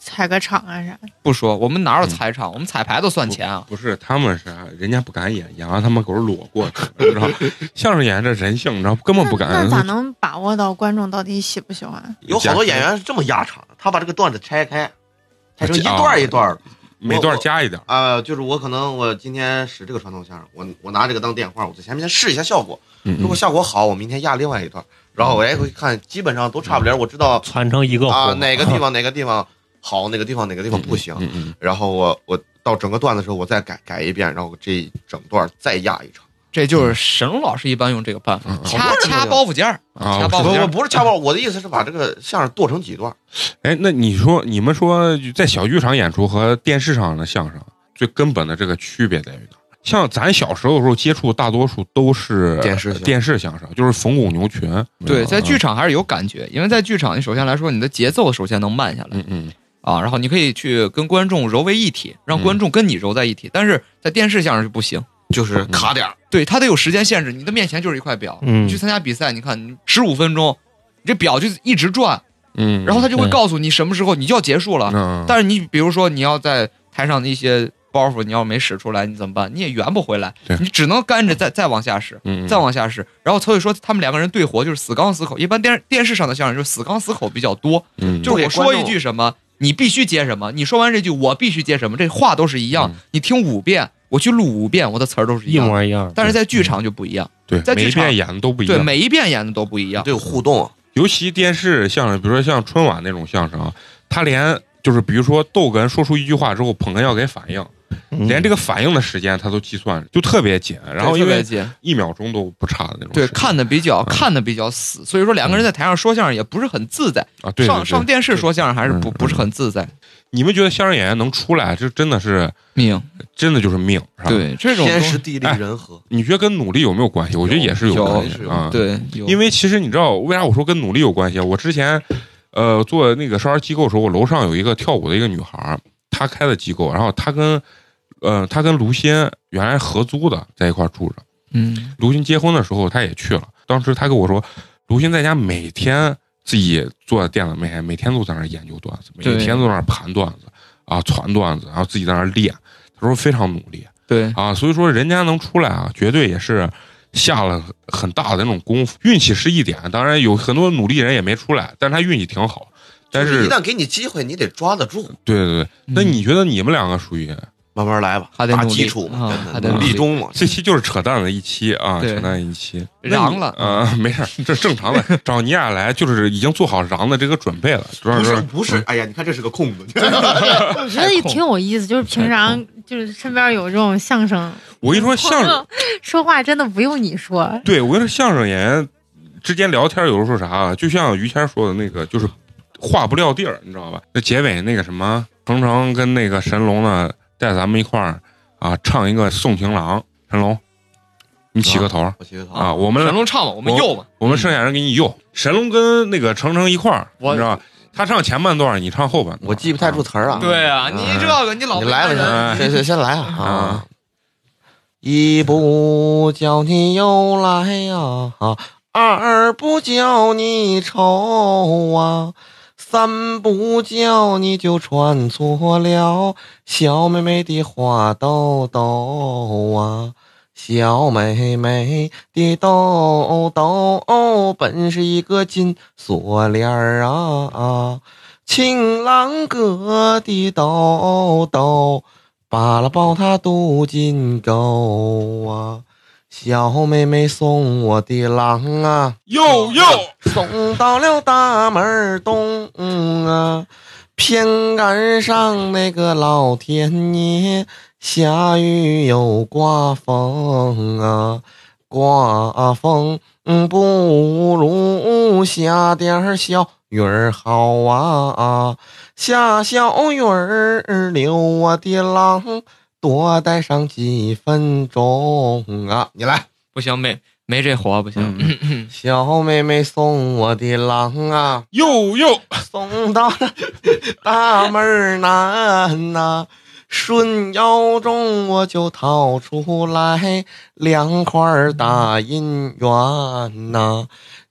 S2: 踩个场啊啥？
S4: 不说，我们哪有踩场？我们彩排都算钱啊！
S1: 不是，他们是人家不敢演，演完他们给我裸过去，你知道？相声演员这人性，你知道根本不敢。
S2: 那咋能把握到观众到底喜不喜欢？
S6: 有好多演员是这么压场，他把这个段子拆开，拆成一段一段的。
S1: 每段加一点
S6: 啊、呃，就是我可能我今天使这个传统相声，我我拿这个当电话，我在前面先试一下效果，
S1: 嗯嗯
S6: 如果效果好，我明天压另外一段，然后我也会看，基本上都差不离，我知道
S3: 传承一个
S6: 啊、呃、哪个地方哪个地方好，哪个地方哪个地方不行，
S1: 嗯嗯嗯、
S6: 然后我我到整个段的时候我再改改一遍，然后这一整段再压一场。
S4: 这就是沈龙老师一般用这个办法，
S1: 嗯、
S4: 掐掐包袱件儿，
S1: 啊，
S4: 掐包袱件
S6: 儿。不是掐包，我的意思是把这个相声剁成几段。
S1: 哎，那你说你们说在小剧场演出和电视上的相声最根本的这个区别在于哪？像咱小时候的时候接触，大多数都是
S6: 电视
S1: 电视相声，就是冯巩牛群。
S4: 对，在剧场还是有感觉，因为在剧场，你首先来说，你的节奏首先能慢下来，
S1: 嗯嗯，
S4: 啊，然后你可以去跟观众揉为一体，让观众跟你揉在一起。嗯、但是在电视相声是不行。
S6: 就是卡点儿，
S4: 对他得有时间限制，你的面前就是一块表，
S3: 嗯，
S4: 你去参加比赛，你看你十五分钟，你这表就一直转，
S1: 嗯，
S4: 然后他就会告诉你什么时候你就要结束了，
S1: 嗯，
S4: 但是你比如说你要在台上的一些包袱你要没使出来，你怎么办？你也圆不回来，你只能干着再再往下使，
S1: 嗯，
S4: 再往下使，然后所以说他们两个人对活就是死刚死口，一般电电视上的相声就是死刚死口比较多，
S1: 嗯，
S4: 就是我说一句什么，你必须接什么，你说完这句我必须接什么，这话都是一样，
S1: 嗯、
S4: 你听五遍。我去录五遍，我的词儿都是
S3: 一样一模一样，
S4: 但是在剧场就不一样。
S1: 对，
S4: 在剧场
S1: 每一遍演的都不一样。
S4: 对，每一遍演的都不一样，
S6: 得有互动。
S1: 尤其电视相声，比如说像春晚那种相声，他连就是比如说逗哏说出一句话之后，捧哏要给反应，
S3: 嗯、
S1: 连这个反应的时间他都计算，就特别紧。然后因为一秒钟都不差的那种。
S4: 对，看的比较、嗯、看的比较死，所以说两个人在台上说相声也不是很自在
S1: 啊。对，
S4: 上上电视说相声还是不不是很自在。
S1: 你们觉得相声演员能出来，这真的是
S4: 命，
S1: 真的就是命，是吧？
S4: 对，这种
S6: 天时地利人和、
S1: 哎，你觉得跟努力有没有关系？我觉得也是有关系啊。
S4: 对，
S1: 因为其实你知道为啥我说跟努力有关系？我之前呃做那个少儿机构的时候，我楼上有一个跳舞的一个女孩，她开的机构，然后她跟呃她跟卢鑫原来合租的，在一块住着。
S4: 嗯，
S1: 卢鑫结婚的时候，她也去了。当时她跟我说，卢鑫在家每天自己坐在电脑面前，每天都在那儿研究段子，每天都在那儿盘段子。啊，传段子，然后自己在那儿练，他说非常努力，
S4: 对
S1: 啊，所以说人家能出来啊，绝对也是下了很大的那种功夫，运气是一点，当然有很多努力人也没出来，但是他运气挺好，但
S6: 是一旦给你机会，你得抓得住。
S1: 对对对，那你觉得你们两个属于？
S6: 慢慢来吧，打基础嘛，
S4: 还得
S6: 努力中嘛。
S1: 这期就是扯淡的一期啊，扯淡一期，
S4: 瓤了
S1: 啊，没事，这正常的。找你俩来就是已经做好瓤的这个准备了，主要
S6: 是不是？哎呀，你看这是个空子。
S2: 我觉得也挺有意思，就是平常就是身边有这种相声，
S1: 我跟你说相声
S2: 说话真的不用你说。
S1: 对，我跟你说相声演员之间聊天有的时候啥，就像于谦说的那个，就是话不撂地儿，你知道吧？那结尾那个什么，程程跟那个神龙呢？带咱们一块儿啊，唱一个《送情郎》，神龙，你起个头，
S6: 我起个头
S1: 啊！我们
S4: 神龙唱吧，我们右吧，
S1: 我们剩下人给你右。神龙跟那个程程一块儿，你知道，他唱前半段，你唱后半段。
S6: 我记不太住词儿啊。
S4: 对啊，你这个你老
S6: 你来吧，先先先来啊
S1: 啊！
S6: 一不叫你又来呀，二不叫你愁啊。三不叫你就穿错了小妹妹的花兜兜啊，小妹妹的兜兜本是一个金锁链啊，情郎哥的兜兜扒拉抱他镀金钩啊，小妹妹送我的郎啊，
S1: 哟哟，
S6: 送到了大门东啊，偏赶上那个老天爷下雨又刮风啊，刮风不如下点小雨儿好啊，下小雨儿留我的郎多待上几分钟啊！你来，
S4: 不行，没没这活不行。
S6: 嗯、小妹妹送我的郎啊，
S1: 哟哟，
S6: 送到大门南呐、啊，顺腰中我就掏出来两块大银元呐、啊，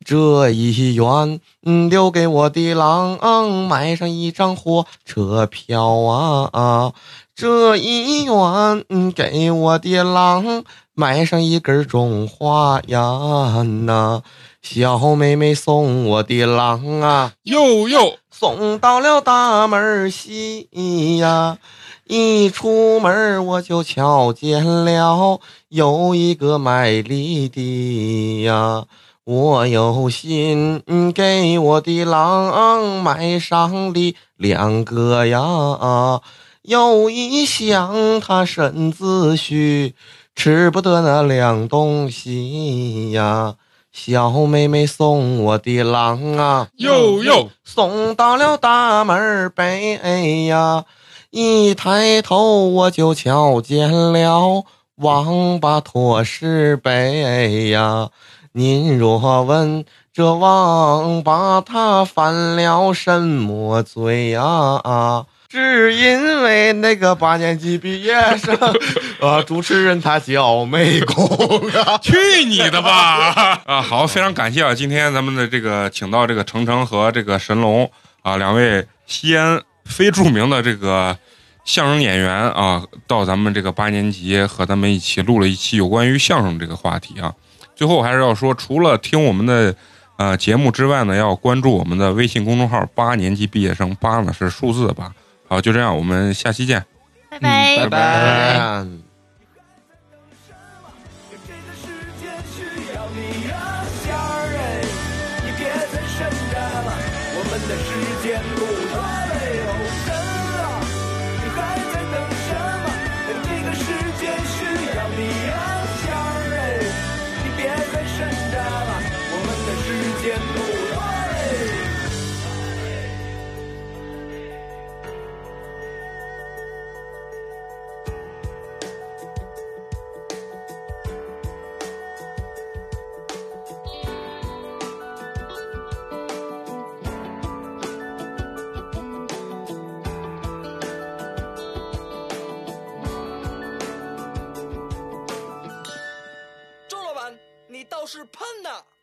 S6: 这一元嗯留给我的郎，买上一张火车票啊。这一元嗯给我的郎，买上一根中华烟呐。小妹妹送我的郎啊，
S1: 哟哟，
S6: 送到了大门西呀。一出门我就瞧见了有一个卖梨的呀，我有心给我的郎买上梨两个呀。有一想他身子虚，吃不得那两东西呀。小妹妹送我的郎啊，
S1: 哟哟，
S6: 送到了大门北呀。一抬头我就瞧见了王八驮石碑呀。您若问这王八他犯了什么罪呀？只因为那个八年级毕业生呃，主持人他叫美工啊。
S1: 去你的吧！啊，好，非常感谢啊，今天咱们的这个请到这个程程和这个神龙啊，两位西安非著名的这个相声演员啊，到咱们这个八年级和咱们一起录了一期有关于相声这个话题啊。最后还是要说，除了听我们的呃节目之外呢，要关注我们的微信公众号八年级毕业生，八呢是数字的八。好，就这样，我们下期见，
S2: 拜拜，
S4: 嗯、拜拜。
S7: 你倒是喷呐！